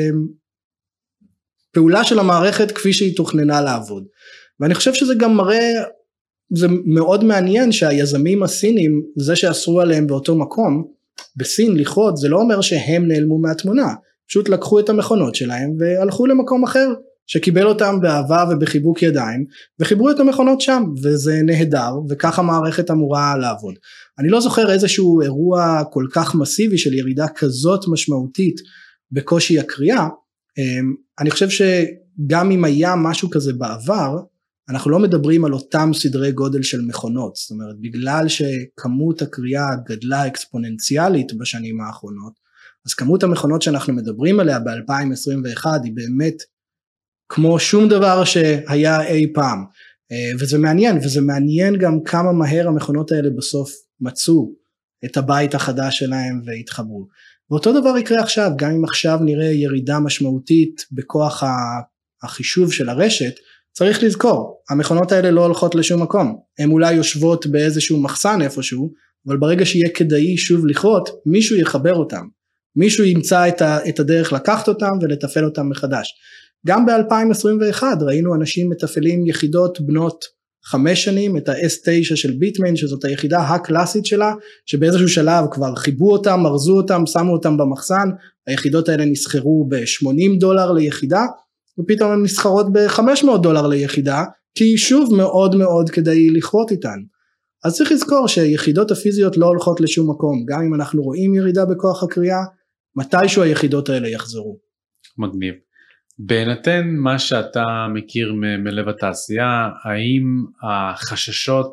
פעולה של המערכת כפי שהיא תוכננה לעבוד. ואני חושב שזה גם מראה, זה מאוד מעניין שהיזמים הסינים, זה שאסרו עליהם באותו מקום, בסין לכרות, זה לא אומר שהם נעלמו מהתמונה, פשוט לקחו את המכונות שלהם והלכו למקום אחר, שקיבל אותם באהבה ובחיבוק ידיים, וחיברו את המכונות שם, וזה נהדר, וככה המערכת אמורה לעבוד. אני לא זוכר איזשהו אירוע כל כך מסיבי של ירידה כזאת משמעותית בקושי הקריאה. אני חושב שגם אם היה משהו כזה בעבר, אנחנו לא מדברים על אותם סדרי גודל של מכונות, זאת אומרת, בגלל שכמות הקריאה גדלה אקספוננציאלית בשנים האחרונות, אז כמות המכונות שאנחנו מדברים עליה ב-2021 היא באמת כמו שום דבר שהיה אי פעם, וזה מעניין גם כמה מהר המכונות האלה בסוף מצאו את הבית החדש שלהם והתחברו. ואותו דבר יקרה עכשיו, גם אם עכשיו נראה ירידה משמעותית בכוח החישוב של הרשת, צריך לזכור, המכונות האלה לא הולכות לשום מקום, הן אולי יושבות באיזשהו מחסן איפשהו, אבל ברגע שיהיה כדאי שוב לכרות, מישהו יחבר אותם, מישהו ימצא את הדרך לקחת אותם ולתפעל אותם מחדש. גם ב-2021 ראינו אנשים מתפעלים יחידות בנות 5 שנים, את ה-S9 של ביטמן, שזאת היחידה הקלאסית שלה, שבאיזשהו שלב כבר חיברו אותם, מרזו אותם, שמו אותם במחסן, היחידות האלה נסחרו $80 ליחידה, ופתאום הן נסחרות $500 ליחידה, כי שוב מאוד מאוד כדאי לכרות איתן. אז צריך לזכור שיחידות הפיזיות לא הולכות לשום מקום, גם אם אנחנו רואים ירידה בכוח הקריאה, מתישהו היחידות האלה יחזרו. מגניב. בהינתן מה שאתה מכיר מלב התעשייה, האם החששות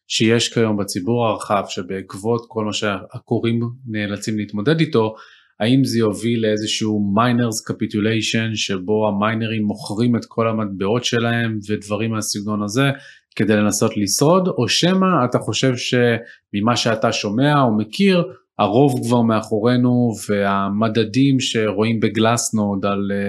שיש כיום בציבור הרחב, שבעקבות כל מה שהקוראים נאלצים להתמודד איתו, האם זה יוביל לאיזשהו מיינרס קפיטוליישן, שבו המיינרים מוכרים את כל המטבעות שלהם ודברים מהסגנון הזה, כדי לנסות לשרוד, או שמה אתה חושב שממה שאתה שומע או מכיר, הרוב כבר מאחורינו, והמדדים שרואים בגלאסנוד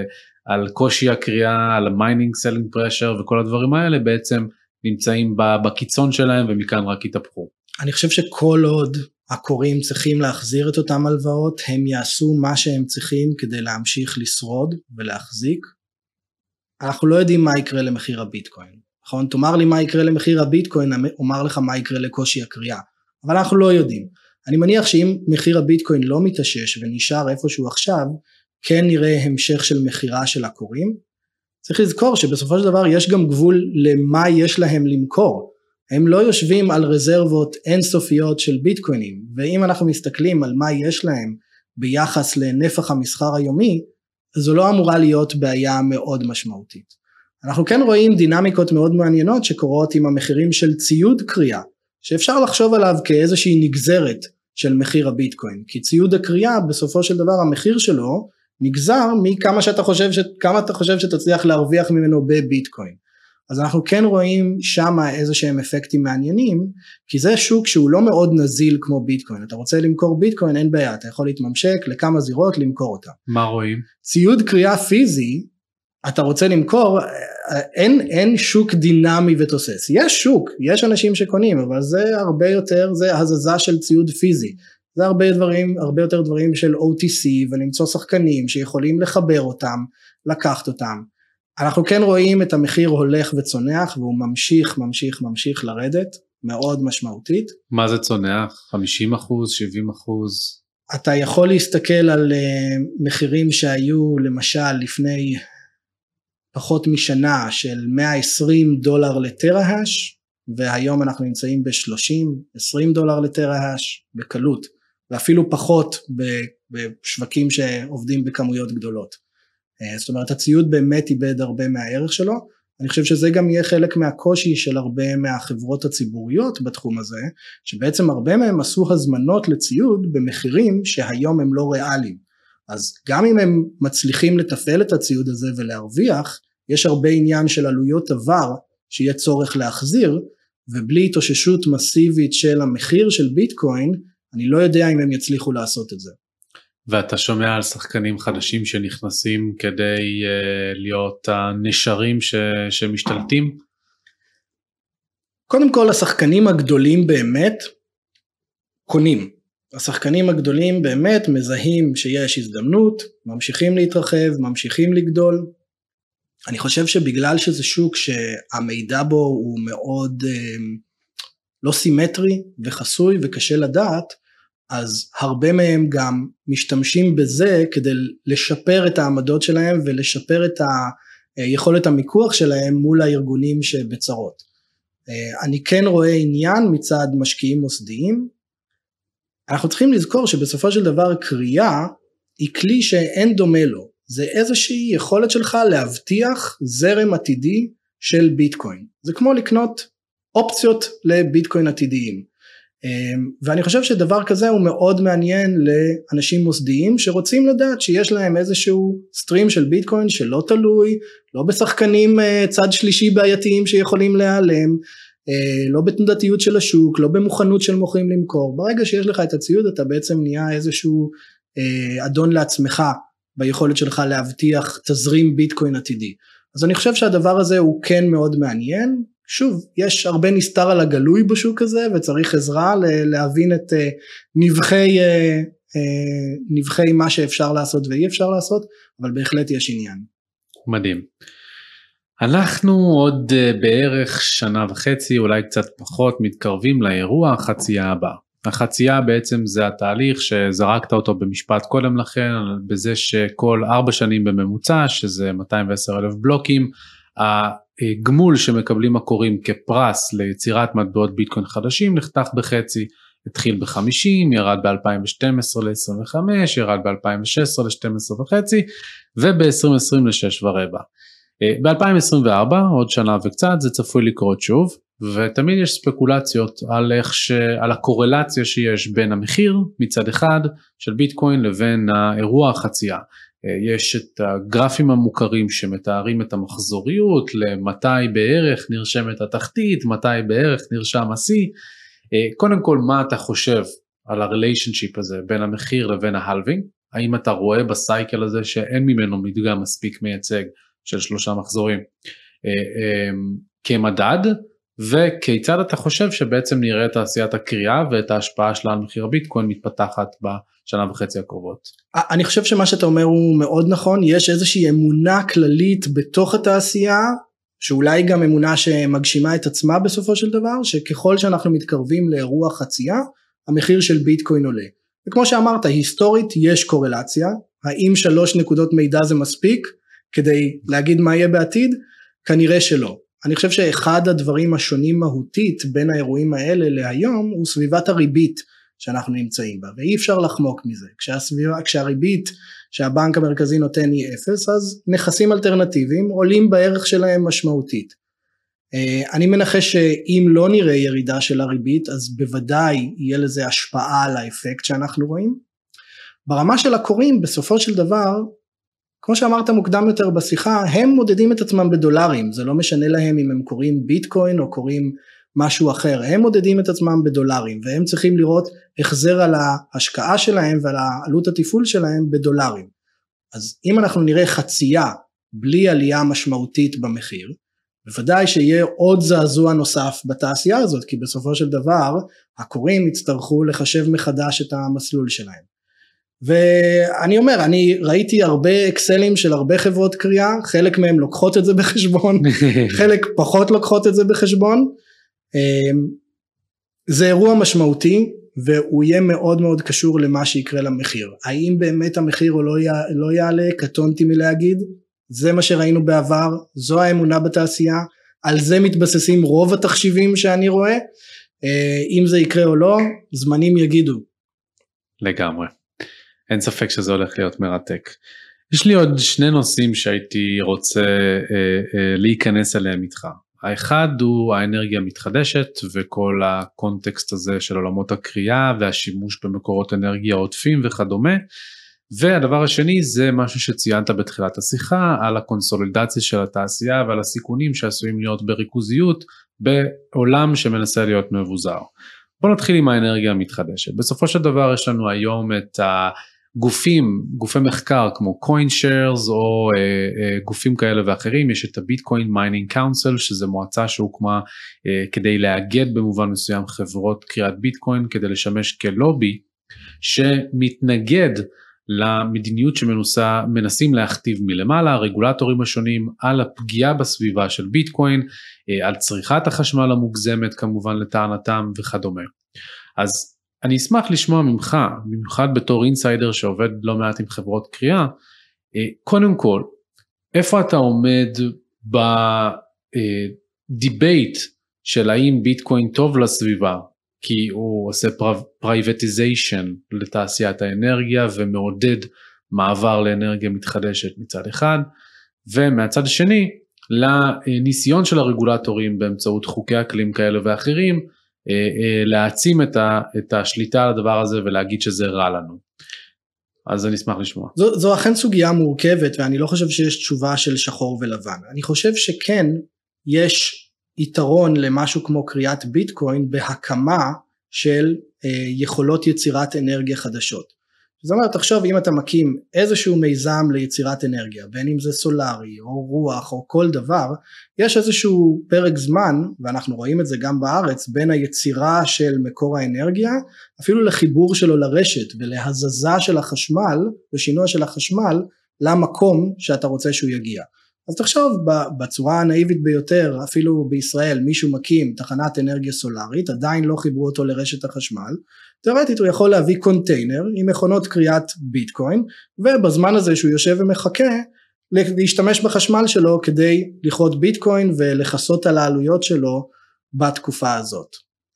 על קושי הקריאה, על מיינינג סלינג פרשר וכל הדברים האלה, בעצם נמצאים בקיצון שלהם, ומכאן רק יתהפכו. אני חושב שכל עוד הקוראים צריכים להחזיר את אותם הלוואות, הם יעשו מה שהם צריכים כדי להמשיך לשרוד ולהחזיק. אנחנו לא יודעים מה יקרה למחיר הביטקוין. נכון? תאמר לי מה יקרה למחיר הביטקוין, אומר לך מה יקרה לקושי הקריאה. אבל אנחנו לא יודעים. אני מניח שאם מחיר הביטקוין לא מתאושש ונשאר איפשהו עכשיו, כן נראה המשך של מחירה של הקוראים. צריך לזכור שבסופו של דבר יש גם גבול למה יש להם למכור. הם לא יושבים על רזרבות אינסופיות של ביטקוינים, ואם אנחנו מסתכלים על מה יש להם ביחס לנפח המסחר היומי, זו לא אמורה להיות בעיה מאוד משמעותית. אנחנו כן רואים דינמיקות מאוד מעניינות שקורות עם המחירים של ציוד קריאה, שאפשר לחשוב עליו כאיזושהי נגזרת של מחיר הביטקוין, כי ציוד הקריאה בסופו של דבר המחיר שלו נגזר מכמה כמה אתה חושב שתצליח להרוויח ממנו בביטקוין. אז אנחנו כן רואים שם איזה שהם אפקטים מעניינים, כי זה שוק שהוא לא מאוד נזיל כמו ביטקוין. אתה רוצה למכור ביטקוין, אין בעיה, אתה יכול להתממשק לכמה זירות למכור אותה. מה רואים? ציוד קריאה פיזי, אתה רוצה למכור, אין שוק דינמי ותוסס. יש שוק, יש אנשים שקונים, אבל זה הרבה יותר, זה הזזה של ציוד פיזי. זה הרבה יותר דברים של OTC, ולמצוא שחקנים שיכולים לחבר אותם, לקחת אותם. אנחנו כן רואים את המחיר הולך וצונח, והוא ממשיך לרדת, מאוד משמעותית. מה זה צונח? 50%, 70%? אתה יכול להסתכל על מחירים שהיו למשל לפני פחות משנה של $120 לטרה-האש, והיום אנחנו נמצאים ב-$30-20 לטרה-האש בקלות, ואפילו פחות בשווקים שעובדים בכמויות גדולות. זאת אומרת, הציוד באמת איבד הרבה מהערך שלו. אני חושב שזה גם יהיה חלק מהקושי של הרבה מהחברות הציבוריות בתחום הזה, שבעצם הרבה מהם עשו הזמנות לציוד במחירים שהיום הם לא ריאליים. אז גם אם הם מצליחים לתפעל את הציוד הזה ולהרוויח, יש הרבה עניין של עלויות עבר שיהיה צורך להחזיר, ובלי התאוששות מסיבית של המחיר של ביטקוין, אני לא יודע אם הם יצליחו לעשות את זה. ואתה שומע על שחקנים חדשים שנכנסים כדי להיות הנשרים שמשתלטים? קודם כל, השחקנים הגדולים באמת קונים. השחקנים הגדולים באמת מזהים שיש הזדמנות, ממשיכים להתרחב, ממשיכים לגדול. אני חושב שבגלל שזה שוק שהמידע בו הוא מאוד לא סימטרי וחסוי וקשה לדעת, אז הרבה מהם גם משתמשים בזה כדי לשפר את העמדות שלהם ולשפר את היכולת המיקוח שלהם מול הארגונים שבצרות. אני כן רואה עניין מצד משקיעים מוסדיים. אנחנו צריכים לזכור שבסופו של דבר קריאה היא כלי שאין דומה לו. זה איזושהי יכולת שלך להבטיח זרם עתידי של ביטקוין. זה כמו לקנות אופציות לביטקוין עתידיים. ואני חושב שדבר כזה הוא מאוד מעניין לאנשים מוסדיים שרוצים לדעת שיש להם איזשהו סטרים של ביטקוין שלא תלוי, לא בשחקנים צד שלישי בעייתיים שיכולים להיעלם, לא בתנודתיות של השוק, לא במוכנות של מוכרים למכור. ברגע שיש לך את הציוד אתה בעצם נהיה איזשהו אדון לעצמך ביכולת שלך להבטיח תזרים ביטקוין עתידי. אז אני חושב שהדבר הזה הוא כן מאוד מעניין. שוב, יש הרבה נסתר על הגלוי בשוק הזה, וצריך עזרה להבין את נבחי מה שאפשר לעשות ואי אפשר לעשות, אבל בהחלט יש עניין. מדהים. אנחנו עוד בערך שנה וחצי, אולי קצת פחות, מתקרבים לאירוע החצייה הבא. החצייה בעצם זה התהליך שזרקת אותו במשפט קודם לכן, בזה שכל 4 שנים בממוצע, שזה 210,000 בלוקים, הגמול שמקבלים הקוראים כפרס ליצירת מטבעות ביטקוין חדשים נחתך בחצי, התחיל ב-50, ירד ב-2012 ל-25, ירד ב-2016 ל-12.5 וב-2020 ל-6.25. ב-2024, עוד שנה וקצת, זה צפוי לקרות שוב, ותמיד יש ספקולציות על הקורלציה שיש בין המחיר מצד אחד של ביטקוין לבין האירוע החצייה. יש את הגרפים המוכרים שמתארים את המחזוריות, למתי בערך נרשמת התחתית, מתי בערך נרשם השיא. קודם כל, מה אתה חושב על הריליישנשיפ הזה בין המחיר לבין ההלווינג? האם אתה רואה בסייקל הזה שאין ממנו מדגם מספיק מייצג של 3 מחזורים כמדד, וכיצד אתה חושב שבעצם נראה את תעשיית הקריאה ואת ההשפעה שלה על מחיר הביטקוין מתפתחת בשנה וחצי הקרובות? אני חושב שמה שאתה אומר הוא מאוד נכון, יש איזושהי אמונה כללית בתוך התעשייה, שאולי גם אמונה שמגשימה את עצמה בסופו של דבר, שככל שאנחנו מתקרבים לאירוע חצייה, המחיר של ביטקוין עולה. וכמו שאמרת, היסטורית יש קורלציה, האם 3 נקודות מידע זה מספיק כדי להגיד מה יהיה בעתיד? כנראה שלא. אני חושב שאחד הדברים השונים מהותית בין האירועים האלה להיום הוא סביבת הריבית שאנחנו נמצאים בה, ואי אפשר לחמוק מזה. כשהריבית שהבנק המרכזי נותן היא 0, אז נכסים אלטרנטיביים עולים בערך שלהם משמעותית. אני מנחש שאם לא נראה ירידה של הריבית, אז בוודאי יהיה לזה השפעה על האפקט שאנחנו רואים. ברמה של הקוראים, בסופו של דבר, כמו שאמרת מוקדם יותר בשיחה, הם מודדים את עצמם בדולרים, זה לא משנה להם אם הם קוראים ביטקוין או קוראים משהו אחר, הם מודדים את עצמם בדולרים, והם צריכים לראות החזר על ההשקעה שלהם ועל העלות התפעול שלהם בדולרים. אז אם אנחנו נראה חצייה בלי עלייה משמעותית במחיר, בוודאי שיהיה עוד זעזוע נוסף בתעשייה הזאת, כי בסופו של דבר הקוראים יצטרכו לחשב מחדש את המסלול שלהם. ואני אומר, אני ראיתי הרבה אקסלים של הרבה חברות קריאה, חלק מהם לוקחות את זה בחשבון, חלק פחות לוקחות את זה בחשבון. זה אירוע משמעותי, והוא יהיה מאוד מאוד קשור למה שיקרה למחיר. האם באמת המחיר או לא יעלה, קטונתי מלהגיד, זה מה שראינו בעבר, זו האמונה בתעשייה, על זה מתבססים רוב התחשיבים שאני רואה, אם זה יקרה או לא, זמנים יגידו. לגמרי. אין ספק שזה הולך להיות מרתק. יש לי עוד 2 נושאים שהייתי רוצה להיכנס אליהם איתך. האחד הוא האנרגיה המתחדשת וכל הקונטקסט הזה של עולמות הקריאה והשימוש במקורות אנרגיה עודפים וכדומה. והדבר השני זה משהו שציינת בתחילת השיחה על הקונסולידציה של התעשייה ועל הסיכונים שעשויים להיות בריכוזיות בעולם שמנסה להיות מבוזר. בוא נתחיל עם האנרגיה המתחדשת. בסופו של דבר יש לנו היום את גופי מחקר כמו CoinShares או גופים כאלה ואחרים, יש את הביטקוין מיינינג קאונסל שזה מועצה שהוקמה כדי לאגד במובן מסוים חברות קריאת ביטקוין כדי לשמש כלובי שמתנגד למדיניות שמנסים להכתיב מלמעלה, הרגולטורים השונים על הפגיעה בסביבה של ביטקוין, על צריכת החשמל המוגזמת כמובן לטענתם וכדומה. אז אני אשמח לשמוע ממך, במיוחד בתור אינסיידר שעובד לא מעט עם חברות קריאה, קודם כל, איפה אתה עומד בדיבייט של האם ביטקוין טוב לסביבה, כי הוא עושה פרייבטיזיישן לתעשיית האנרגיה ומעודד מעבר לאנרגיה מתחדשת מצד אחד, ומהצד השני לניסיון של הרגולטורים באמצעות חוקי אקלים כאלה ואחרים, להעצים את השליטה על הדבר הזה ולהגיד שזה רע לנו. אז אני אשמח לשמוע. זו אכן סוגיה מורכבת ואני לא חושב שיש תשובה של שחור ולבן. אני חושב שכן יש יתרון למשהו כמו קריאת ביטקוין בהקמה של יכולות יצירת אנרגיה חדשות. זאת אומרת, תחשוב אם אתה מקים איזשהו מיזם ליצירת אנרגיה, בין אם זה סולרי או רוח או כל דבר, יש איזשהו פרק זמן, ואנחנו רואים את זה גם בארץ, בין היצירה של מקור האנרגיה, אפילו לחיבור שלו לרשת ולהזזה של החשמל, ושינוע של החשמל למקום שאתה רוצה שהוא יגיע. אז תחשוב בצורה הנאיבית ביותר, אפילו בישראל מישהו מקים תחנת אנרגיה סולרית, עדיין לא חיברו אותו לרשת החשמל, תיאורטית הוא יכול להביא קונטיינר עם מכונות קריאת ביטקוין, ובזמן הזה שהוא יושב ומחכה, להשתמש בחשמל שלו כדי לכרות ביטקוין ולחסות על העלויות שלו בתקופה הזאת.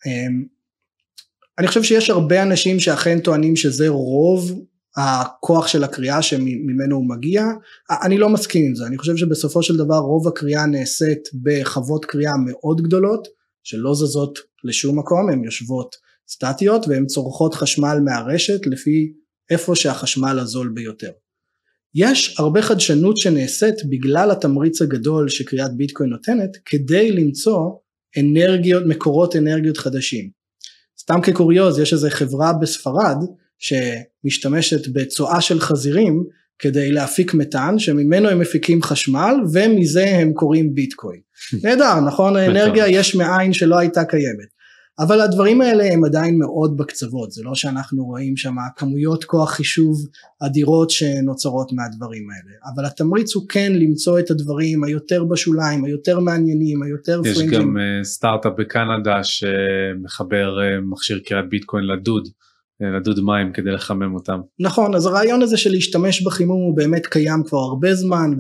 אני חושב שיש הרבה אנשים שאכן טוענים שזה רוב הכוח של הקריאה שממנו הוא מגיע, אני לא מסכים עם זה, אני חושב שבסופו של דבר רוב הקריאה נעשית בחוות קריאה מאוד גדולות, שלא זזות לשום מקום, הן יושבות סטטיות והן צורכות חשמל מהרשת לפי איפה שהחשמל הזול ביותר. יש הרבה חדשנות שנעשית בגלל התמריץ הגדול שקריאת ביטקוין נותנת כדי למצוא מקורות אנרגיות חדשים. סתם כקוריוז, יש איזו חברה בספרד שמשתמשת בצואה של חזירים כדי להפיק מתאן, שממנו הם מפיקים חשמל ומזה הם קוראים ביטקוין. נהדר, נכון? האנרגיה יש מאין שלא הייתה קיימת. אבל הדברים האלה הם עדיין מאוד בקצוות, זה לא שאנחנו רואים שם כמויות כוח חישוב אדירות שנוצרות מהדברים האלה, אבל התמריץ הוא כן למצוא את הדברים היותר בשוליים, היותר מעניינים, היותר יש פרינג'ים. גם סטארט-אפ בקנדה שמחבר מכשיר קריאת ביטקוין לדוד מים כדי לחמם אותם. נכון, אז הרעיון הזה של להשתמש בחימום הוא באמת קיים כבר הרבה זמן,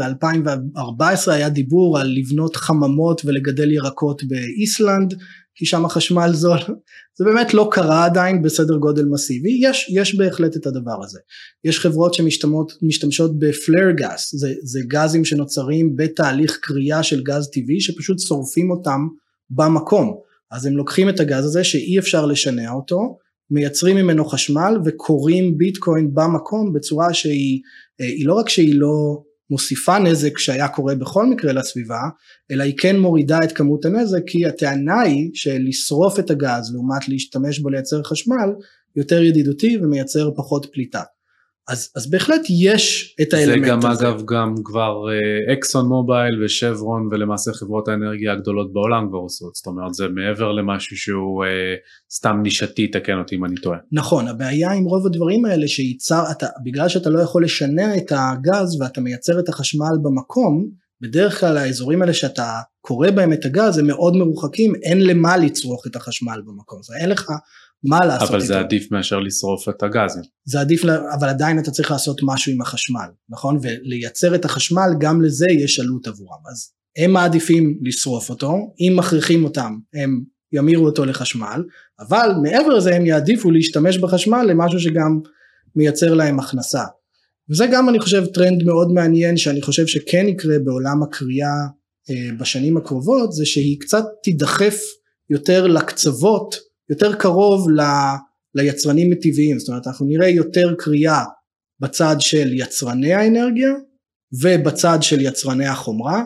ב-2014 היה דיבור על לבנות חממות ולגדל ירקות באיסלנד, כי שם החשמל זול, זה באמת לא קרה עדיין בסדר גודל מסיבי, יש בהחלט את הדבר הזה. יש חברות שמשתמשות בפלר גז, זה גזים שנוצרים בתהליך קריאה של גז טבעי, שפשוט שורפים אותם במקום, אז הם לוקחים את הגז הזה שאי אפשר לשנע אותו, מייצרים ממנו חשמל וקוראים ביטקוין במקום, בצורה שהיא לא רק שהיא לא מוסיפה נזק שהיה קורה בכל מקרה לסביבה, אלא היא כן מורידה את כמות הנזק, כי הטענה היא שלשרוף את הגז, לעומת להשתמש בו לייצר חשמל, יותר ידידותי ומייצר פחות פליטה. אז בהחלט יש את האלמנט הזה. זה גם אגב גם כבר אקסון מובייל ושברון ולמעשה חברות האנרגיה הגדולות בעולם כבר עושות, זאת אומרת זה מעבר למשהו שהוא סתם נישתי, תקן אותי אם אני טועה. נכון, הבעיה עם רוב הדברים האלה בגלל שאתה לא יכול לשנע את הגז ואתה מייצר את החשמל במקום, בדרך כלל האזורים האלה שאתה קורא בהם את הגז הם מאוד מרוחקים, אין למה לצרוך את החשמל במקום, אז אין לך מה לעשות איתו. אבל זה עדיף מאשר לשרוף את הגזים. זה עדיף, אבל עדיין אתה צריך לעשות משהו עם החשמל, נכון? ולייצר את החשמל, גם לזה יש עלות עבורם. אז הם מעדיפים לשרוף אותו, אם מכריחים אותם, הם ימירו אותו לחשמל, אבל מעבר לזה הם יעדיפו להשתמש בחשמל למשהו שגם מייצר להם הכנסה. וזה גם אני חושב טרנד מאוד מעניין, שאני חושב שכן יקרה בעולם הקריאה בשנים הקרובות, זה שהיא קצת תידחף יותר לקצוות, יותר קרוב ליצרנים מטבעיים, זאת אומרת אנחנו נראה יותר קריאה בצד של יצרני האנרגיה ובצד של יצרני החומרה,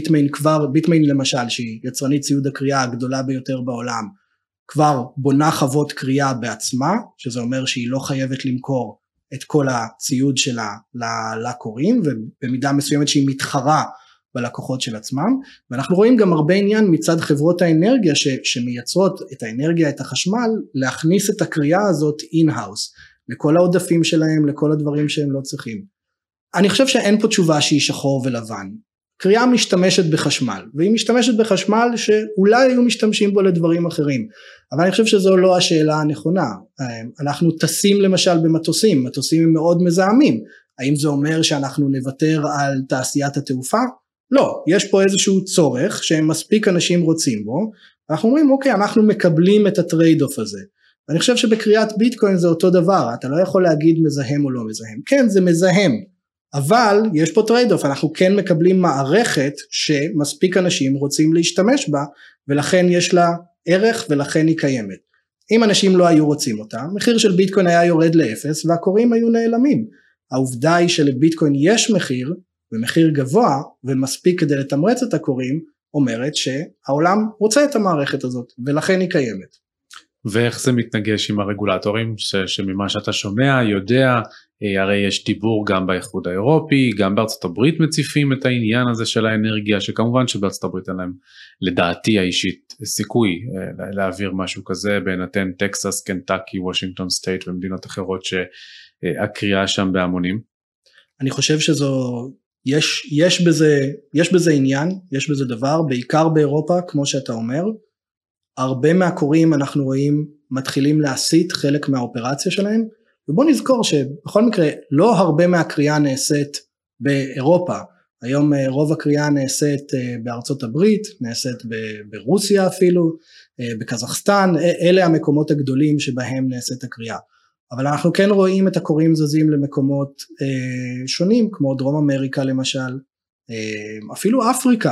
ביטמיין למשל שהיא יצרנית ציוד הקריאה הגדולה ביותר בעולם, כבר בונה חוות קריאה בעצמה, שזה אומר שהיא לא חייבת למכור את כל הציוד שלה לקוראים, ובמידה מסוימת שהיא מתחרה בלקוחות של עצמם, ואנחנו רואים גם הרבה עניין מצד חברות האנרגיה שמייצרות את האנרגיה, את החשמל, להכניס את הקריאה הזאת אין-האוס, לכל העודפים שלהם, לכל הדברים שהם לא צריכים. אני חושב שאין פה תשובה שהיא שחור ולבן, קריאה משתמשת בחשמל, והיא משתמשת בחשמל שאולי היו משתמשים בו לדברים אחרים, אבל אני חושב שזו לא השאלה הנכונה, אנחנו טסים למשל במטוסים, מטוסים הם מאוד מזהמים, האם זה אומר שאנחנו נוותר על תעשיית התעופה? לא, יש פה איזשהו צורך שמספיק אנשים רוצים בו, אנחנו אומרים אוקיי, אנחנו מקבלים את הטרייד אוף הזה, ואני חושב שבקריאת ביטקוין זה אותו דבר, אתה לא יכול להגיד מזהם או לא מזהם, כן זה מזהם, אבל יש פה טרייד אוף, אנחנו כן מקבלים מערכת שמספיק אנשים רוצים להשתמש בה, ולכן יש לה ערך ולכן היא קיימת. אם אנשים לא היו רוצים אותה, מחיר של ביטקוין היה יורד לאפס והקוראים היו נעלמים. העובדה היא שלביטקוין יש מחיר, ומחיר גבוה ומספיק כדי לתמרץ את הקוראים, אומרת שהעולם רוצה את המערכת הזאת ולכן היא קיימת. ואיך זה מתנגש עם הרגולטורים שממה שאתה שומע יודע, הרי יש דיבור גם באיחוד האירופי, גם בארצות הברית מציפים את העניין הזה של האנרגיה, שכמובן שבארצות הברית אין להם לדעתי האישית סיכוי להעביר משהו כזה, בהינתן טקסס, קנטקי, וושינגטון סטייט ומדינות אחרות שהקריאה שם בהמונים. אני חושב יש בזה עניין, יש בזה דבר, בעיקר באירופה כמו שאתה אומר, הרבה מהקוראים אנחנו רואים מתחילים להסיט חלק מהאופרציה שלהם, ובוא נזכור שבכל מקרה לא הרבה מהקריאה נעשית באירופה, היום רוב הקריאה נעשית בארצות הברית, נעשית ברוסיה אפילו, בקזחסטן, אלה המקומות הגדולים שבהם נעשית הקריאה, אבל אנחנו כן רואים את הקוראים זזים למקומות שונים, כמו דרום אמריקה למשל, אפילו אפריקה,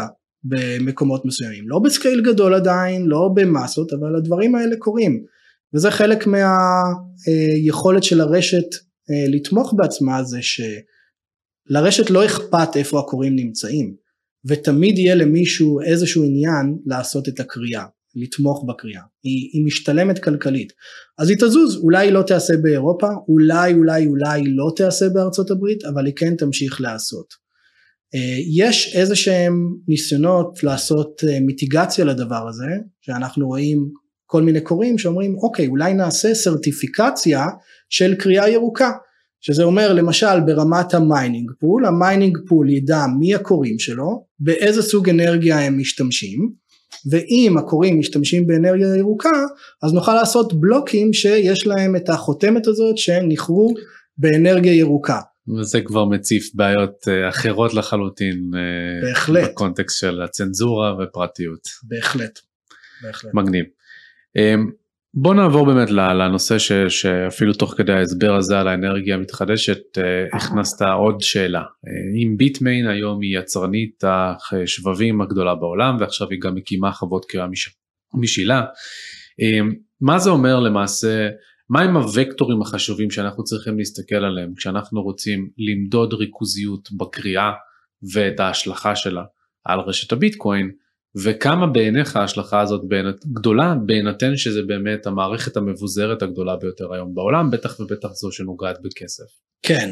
במקומות מסוימים, לא בסקייל גדול עדיין, לא במסות, אבל הדברים האלה קורים, וזה חלק מהיכולת של הרשת לתמוך בעצמה, זה שלרשת לא אכפת איפה הקוראים נמצאים, ותמיד יהיה למישהו איזשהו עניין לעשות את הקריאה, לתמוך בקריאה, היא משתלמת כלכלית, אז היא תזוז, אולי היא לא תעשה באירופה, אולי לא תעשה בארצות הברית, אבל היא כן תמשיך לעשות. יש איזה שהם ניסיונות לעשות מיטיגציה לדבר הזה, שאנחנו רואים כל מיני קוראים שאומרים, אוקיי, אולי נעשה סרטיפיקציה של קריאה ירוקה, שזה אומר למשל ברמת המיינינג פול, המיינינג פול ידע מי הקוראים שלו, באיזה סוג אנרגיה הם משתמשים, ואם הקוראים משתמשים באנרגיה ירוקה, אז נוכל לעשות בלוקים שיש להם את החותמת הזאת שנכרו באנרגיה ירוקה. וזה כבר מציף בעיות אחרות לחלוטין, בהחלט. בקונטקסט של הצנזורה ופרטיות. בהחלט. מגניב. בוא נעבור באמת לנושא שאפילו תוך כדי ההסבר הזה על האנרגיה המתחדשת, הכנסת עוד שאלה. אם ביטמיין היום היא יצרנית השבבים הגדולה בעולם, ועכשיו היא גם מקימה חוות קריאה משלה, מה זה אומר למעשה, מה הם הוקטורים החשובים שאנחנו צריכים להסתכל עליהם, כשאנחנו רוצים למדוד ריכוזיות בקריאה, ואת ההשלכה שלה על רשת הביטקוין, וכמה בעיניך ההשלכה הזאת גדולה, בהינתן שזה באמת המערכת המבוזרת הגדולה ביותר היום בעולם, בטח ובטח זו שנוגעת בכסף. כן,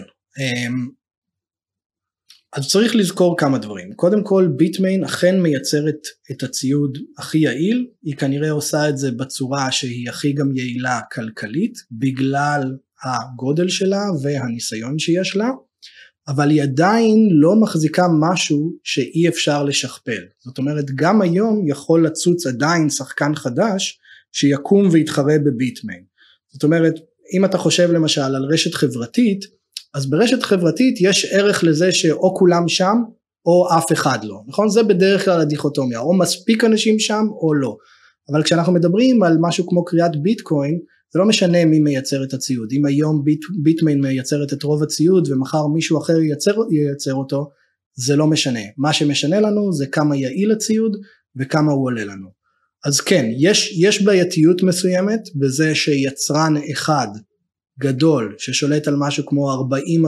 אז צריך לזכור כמה דברים. קודם כל, ביטמיין אכן מייצרת את הציוד הכי יעיל, היא כנראה עושה את זה בצורה שהיא הכי גם יעילה כלכלית, בגלל הגודל שלה והניסיון שיש לה, אבל היא עדיין לא מחזיקה משהו שאי אפשר לשכפל. זאת אומרת, גם היום יכול לצוץ עדיין שחקן חדש, שיקום ויתחרה בביטמיין. זאת אומרת, אם אתה חושב למשל על רשת חברתית, אז ברשת חברתית יש ערך לזה שאו כולם שם, או אף אחד לא, נכון? זה בדרך כלל הדיכוטומיה, או מספיק אנשים שם, או לא. אבל כשאנחנו מדברים על משהו כמו קריאת ביטקוין, זה לא משנה מי מייצר את הציוד. אם היום ביטמיין מייצרת את רוב הציוד, ומחר מישהו אחר ייצר אותו, זה לא משנה. מה שמשנה לנו זה כמה יעיל הציוד, וכמה הוא עולה לנו. אז כן, יש בעייתיות מסוימת, בזה שיצרן אחד, גדול, ששולט על משהו כמו 40%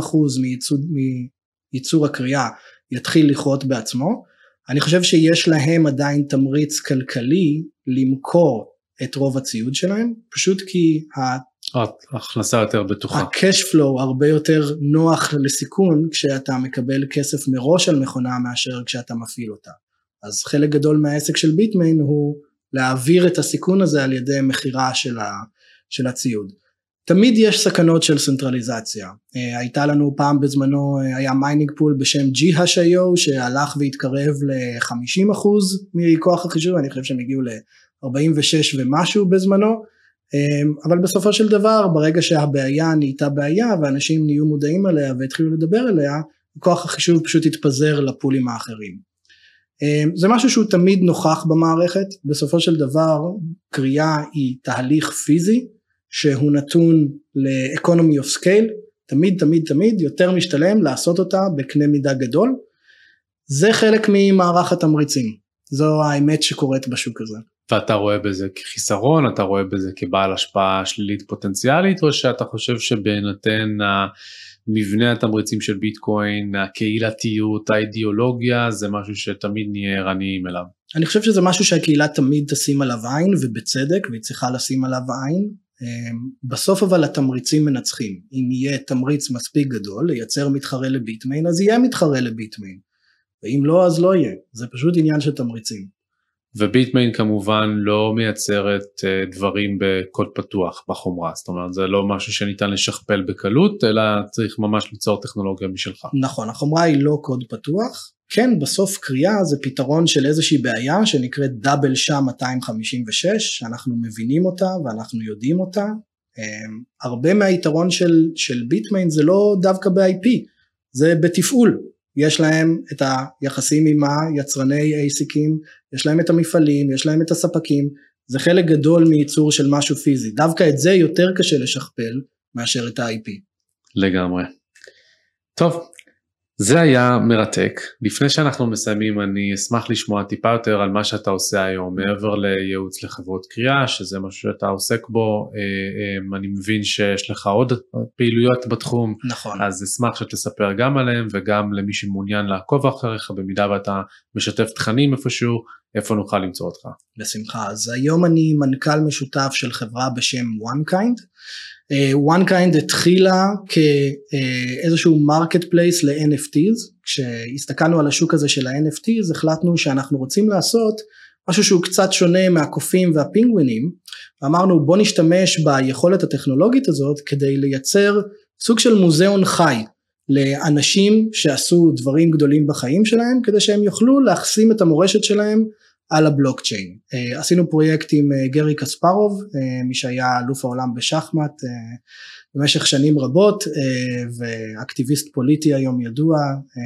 מייצור הקריאה, יתחיל לחיות בעצמו. אני חושב שיש להם עדיין תמריץ כלכלי למכור את רוב הציוד שלהם, פשוט כי ההכנסה יותר בטוחה. ה-cash flow הרבה יותר נוח לסיכון, כשאתה מקבל כסף מראש על מכונה, מאשר כשאתה מפעיל אותה. אז חלק גדול מהעסק של ביטמיין, הוא להעביר את הסיכון הזה, על ידי מחירה של הציוד. תמיד יש סכנות של סנטרליזציה. הייתה לנו פעם בזמנו, היה מיינינג פול בשם GHIO, שהלך והתקרב ל-50% מכוח החישוב, אני חושב שהם הגיעו ל-46 ומשהו בזמנו, אבל בסופו של דבר, ברגע שהבעיה נהייתה בעיה, ואנשים נהיו מודעים עליה והתחילו לדבר עליה, כוח החישוב פשוט התפזר לפולים האחרים. זה משהו שהוא תמיד נוכח במערכת, בסופו של דבר, קריאה היא תהליך פיזי, שהוא נתון ל-economy of scale, תמיד יותר משתלם לעשות אותה בקנה מידה גדול, זה חלק ממערך התמריצים, זו האמת שקורית בשוק הזה. ואתה רואה בזה כחיסרון, אתה רואה בזה כבעל השפעה שלילית פוטנציאלית, או שאתה חושב שבהינתן מבנה התמריצים של ביטקוין, הקהילתיות, האידיאולוגיה, זה משהו שתמיד נהיה ערניים אליו? אני חושב שזה משהו שהקהילה תמיד תשים עליו עין, ובצדק, והיא צריכה לשים עליו עין. בסוף אבל התמריצים מנצחים. אם יהיה תמריץ מספיק גדול לייצר מתחרה לביטמיין, אז יהיה מתחרה לביטמיין, ואם לא, אז לא יהיה. זה פשוט עניין של תמריצים. וביטמיין כמובן לא מייצרת דברים בקוד פתוח בחומרה, זאת אומרת זה לא משהו שניתן לשכפל בקלות, אלא צריך ממש ליצור טכנולוגיה משלך. נכון, החומרה היא לא קוד פתוח, כן, בסוף קריאה זה פתרון של איזושהי בעיה שנקראת דאבל שם 256, שאנחנו מבינים אותה ואנחנו יודעים אותה. הרבה מהיתרון של ביטמיין זה לא דווקא ב-IP, זה בתפעול. יש להם את היחסים עם היצרני ASICים, יש להם את המפעלים, יש להם את הספקים, זה חלק גדול מייצור של משהו פיזי. דווקא את זה יותר קשה לשכפל מאשר את ה-IP. לגמרי. טוב, זה היה מרתק. לפני שאנחנו מסיימים, אני אשמח לשמוע טיפה יותר על מה שאתה עושה היום, מעבר לייעוץ לחברות קריאה, שזה משהו שאתה עוסק בו. אני מבין שיש לך עוד פעילויות בתחום, נכון. אז אשמח שתספר גם עליהם, וגם למי שמעוניין לעקוב אחריך, במידה ואתה משתף תכנים איפשהו, איפה נוכל למצוא אותך. בשמחה. אז היום אני מנכ"ל משותף של חברה בשם OneKind. OneKind התחילה כאיזשהו מרקט פלייס ל-NFTs. כשהסתכלנו על השוק הזה של ה-NFTs, החלטנו שאנחנו רוצים לעשות משהו שהוא קצת שונה מהקופים והפינגווינים, ואמרנו בוא נשתמש ביכולת הטכנולוגית הזאת כדי לייצר סוג של מוזיאון חי לאנשים שעשו דברים גדולים בחיים שלהם, כדי שהם יוכלו להחסים את המורשת שלהם על הבלוקצ'יין. עשינו פרויקט עם גרי קספרוב, מי שהיה אלוף העולם בשחמט במשך שנים רבות, ואקטיביסט פוליטי היום ידוע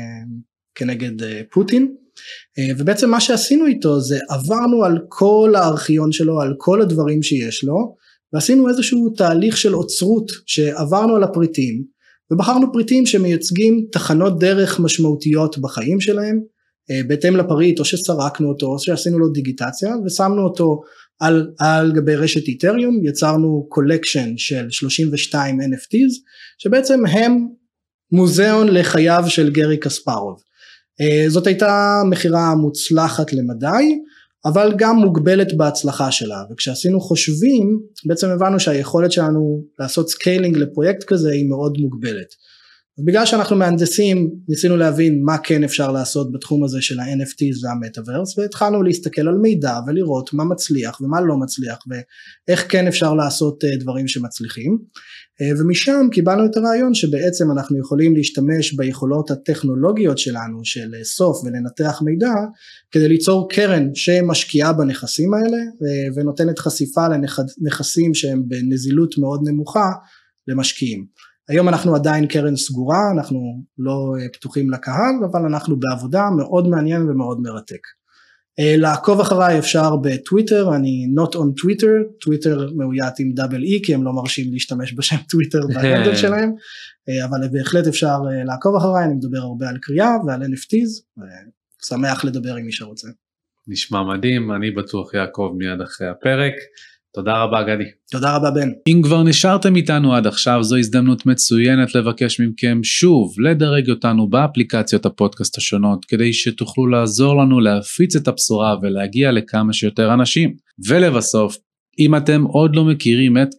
כנגד פוטין, ובעצם מה שעשינו איתו זה עברנו על כל הארכיון שלו, על כל הדברים שיש לו, ועשינו איזשהו תהליך של אוצרות שעברנו על הפריטים, ובחרנו פריטים שמייצגים תחנות דרך משמעותיות בחיים שלהם, בהתאם לפריט או שסרקנו אותו או שעשינו לו דיגיטציה ושמנו אותו על גבי רשת איתריום, יצרנו קולקשן של 32 NFTs שבעצם הם מוזיאון לחייו של גרי קספרוב. זאת הייתה מחירה מוצלחת למדי, אבל גם מוגבלת בהצלחה שלה, וכשעשינו חושבים בעצם הבנו שהיכולת שלנו לעשות סקיילינג לפרויקט כזה היא מאוד מוגבלת. בגלל שאנחנו מהנדסים ניסינו להבין מה כן אפשר לעשות בתחום הזה של ה-NFTs והמטאברס, והתחלנו להסתכל על מידע ולראות מה מצליח ומה לא מצליח ואיך כן אפשר לעשות דברים שמצליחים, ומשם קיבלנו את הרעיון שבעצם אנחנו יכולים להשתמש ביכולות הטכנולוגיות שלנו של לאסוף ולנתח מידע כדי ליצור קרן שמשקיעה בנכסים האלה ונותנת חשיפה לנכסים שהם בנזילות מאוד נמוכה למשקיעים. היום אנחנו עדיין קרן סגורה, אנחנו לא פתוחים לקהל, אבל אנחנו בעבודה מאוד מעניין ומאוד מרתק. לעקוב אחריי אפשר בטוויטר, אני not on Twitter, טוויטר מאוית עם דאבל אי, כי הם לא מרשים להשתמש בשם טוויטר בהנדל שלהם, אבל בהחלט אפשר לעקוב אחריי, אני מדבר הרבה על קריאה ועל NFTs, ושמח לדבר עם מי שרוצה. נשמע מדהים, אני בטוח יעקב מיד אחרי הפרק. תודה רבה גדי. תודה רבה בן. אם כבר נשארתם איתנו עד עכשיו, זו הזדמנות מצוינת לבקש מכם שוב לדרג אותנו באפליקציות הפודקאסט השונות, כדי שתוכלו לעזור לנו להפיץ את הבשורה ולהגיע לכמה שיותר אנשים. ולבסוף, אם אתם עוד לא מכירים את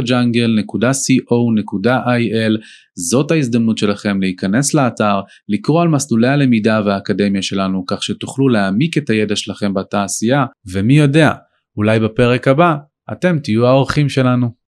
cryptojungle.co.il, זאת ההזדמנות שלכם להיכנס לאתר, לקרוא על מסלולי הלמידה והאקדמיה שלנו, כך שתוכלו להעמיק את הידע שלכם בתעשייה, ומי יודע, אולי בפרק הבא, אתם תהיו האורחים שלנו.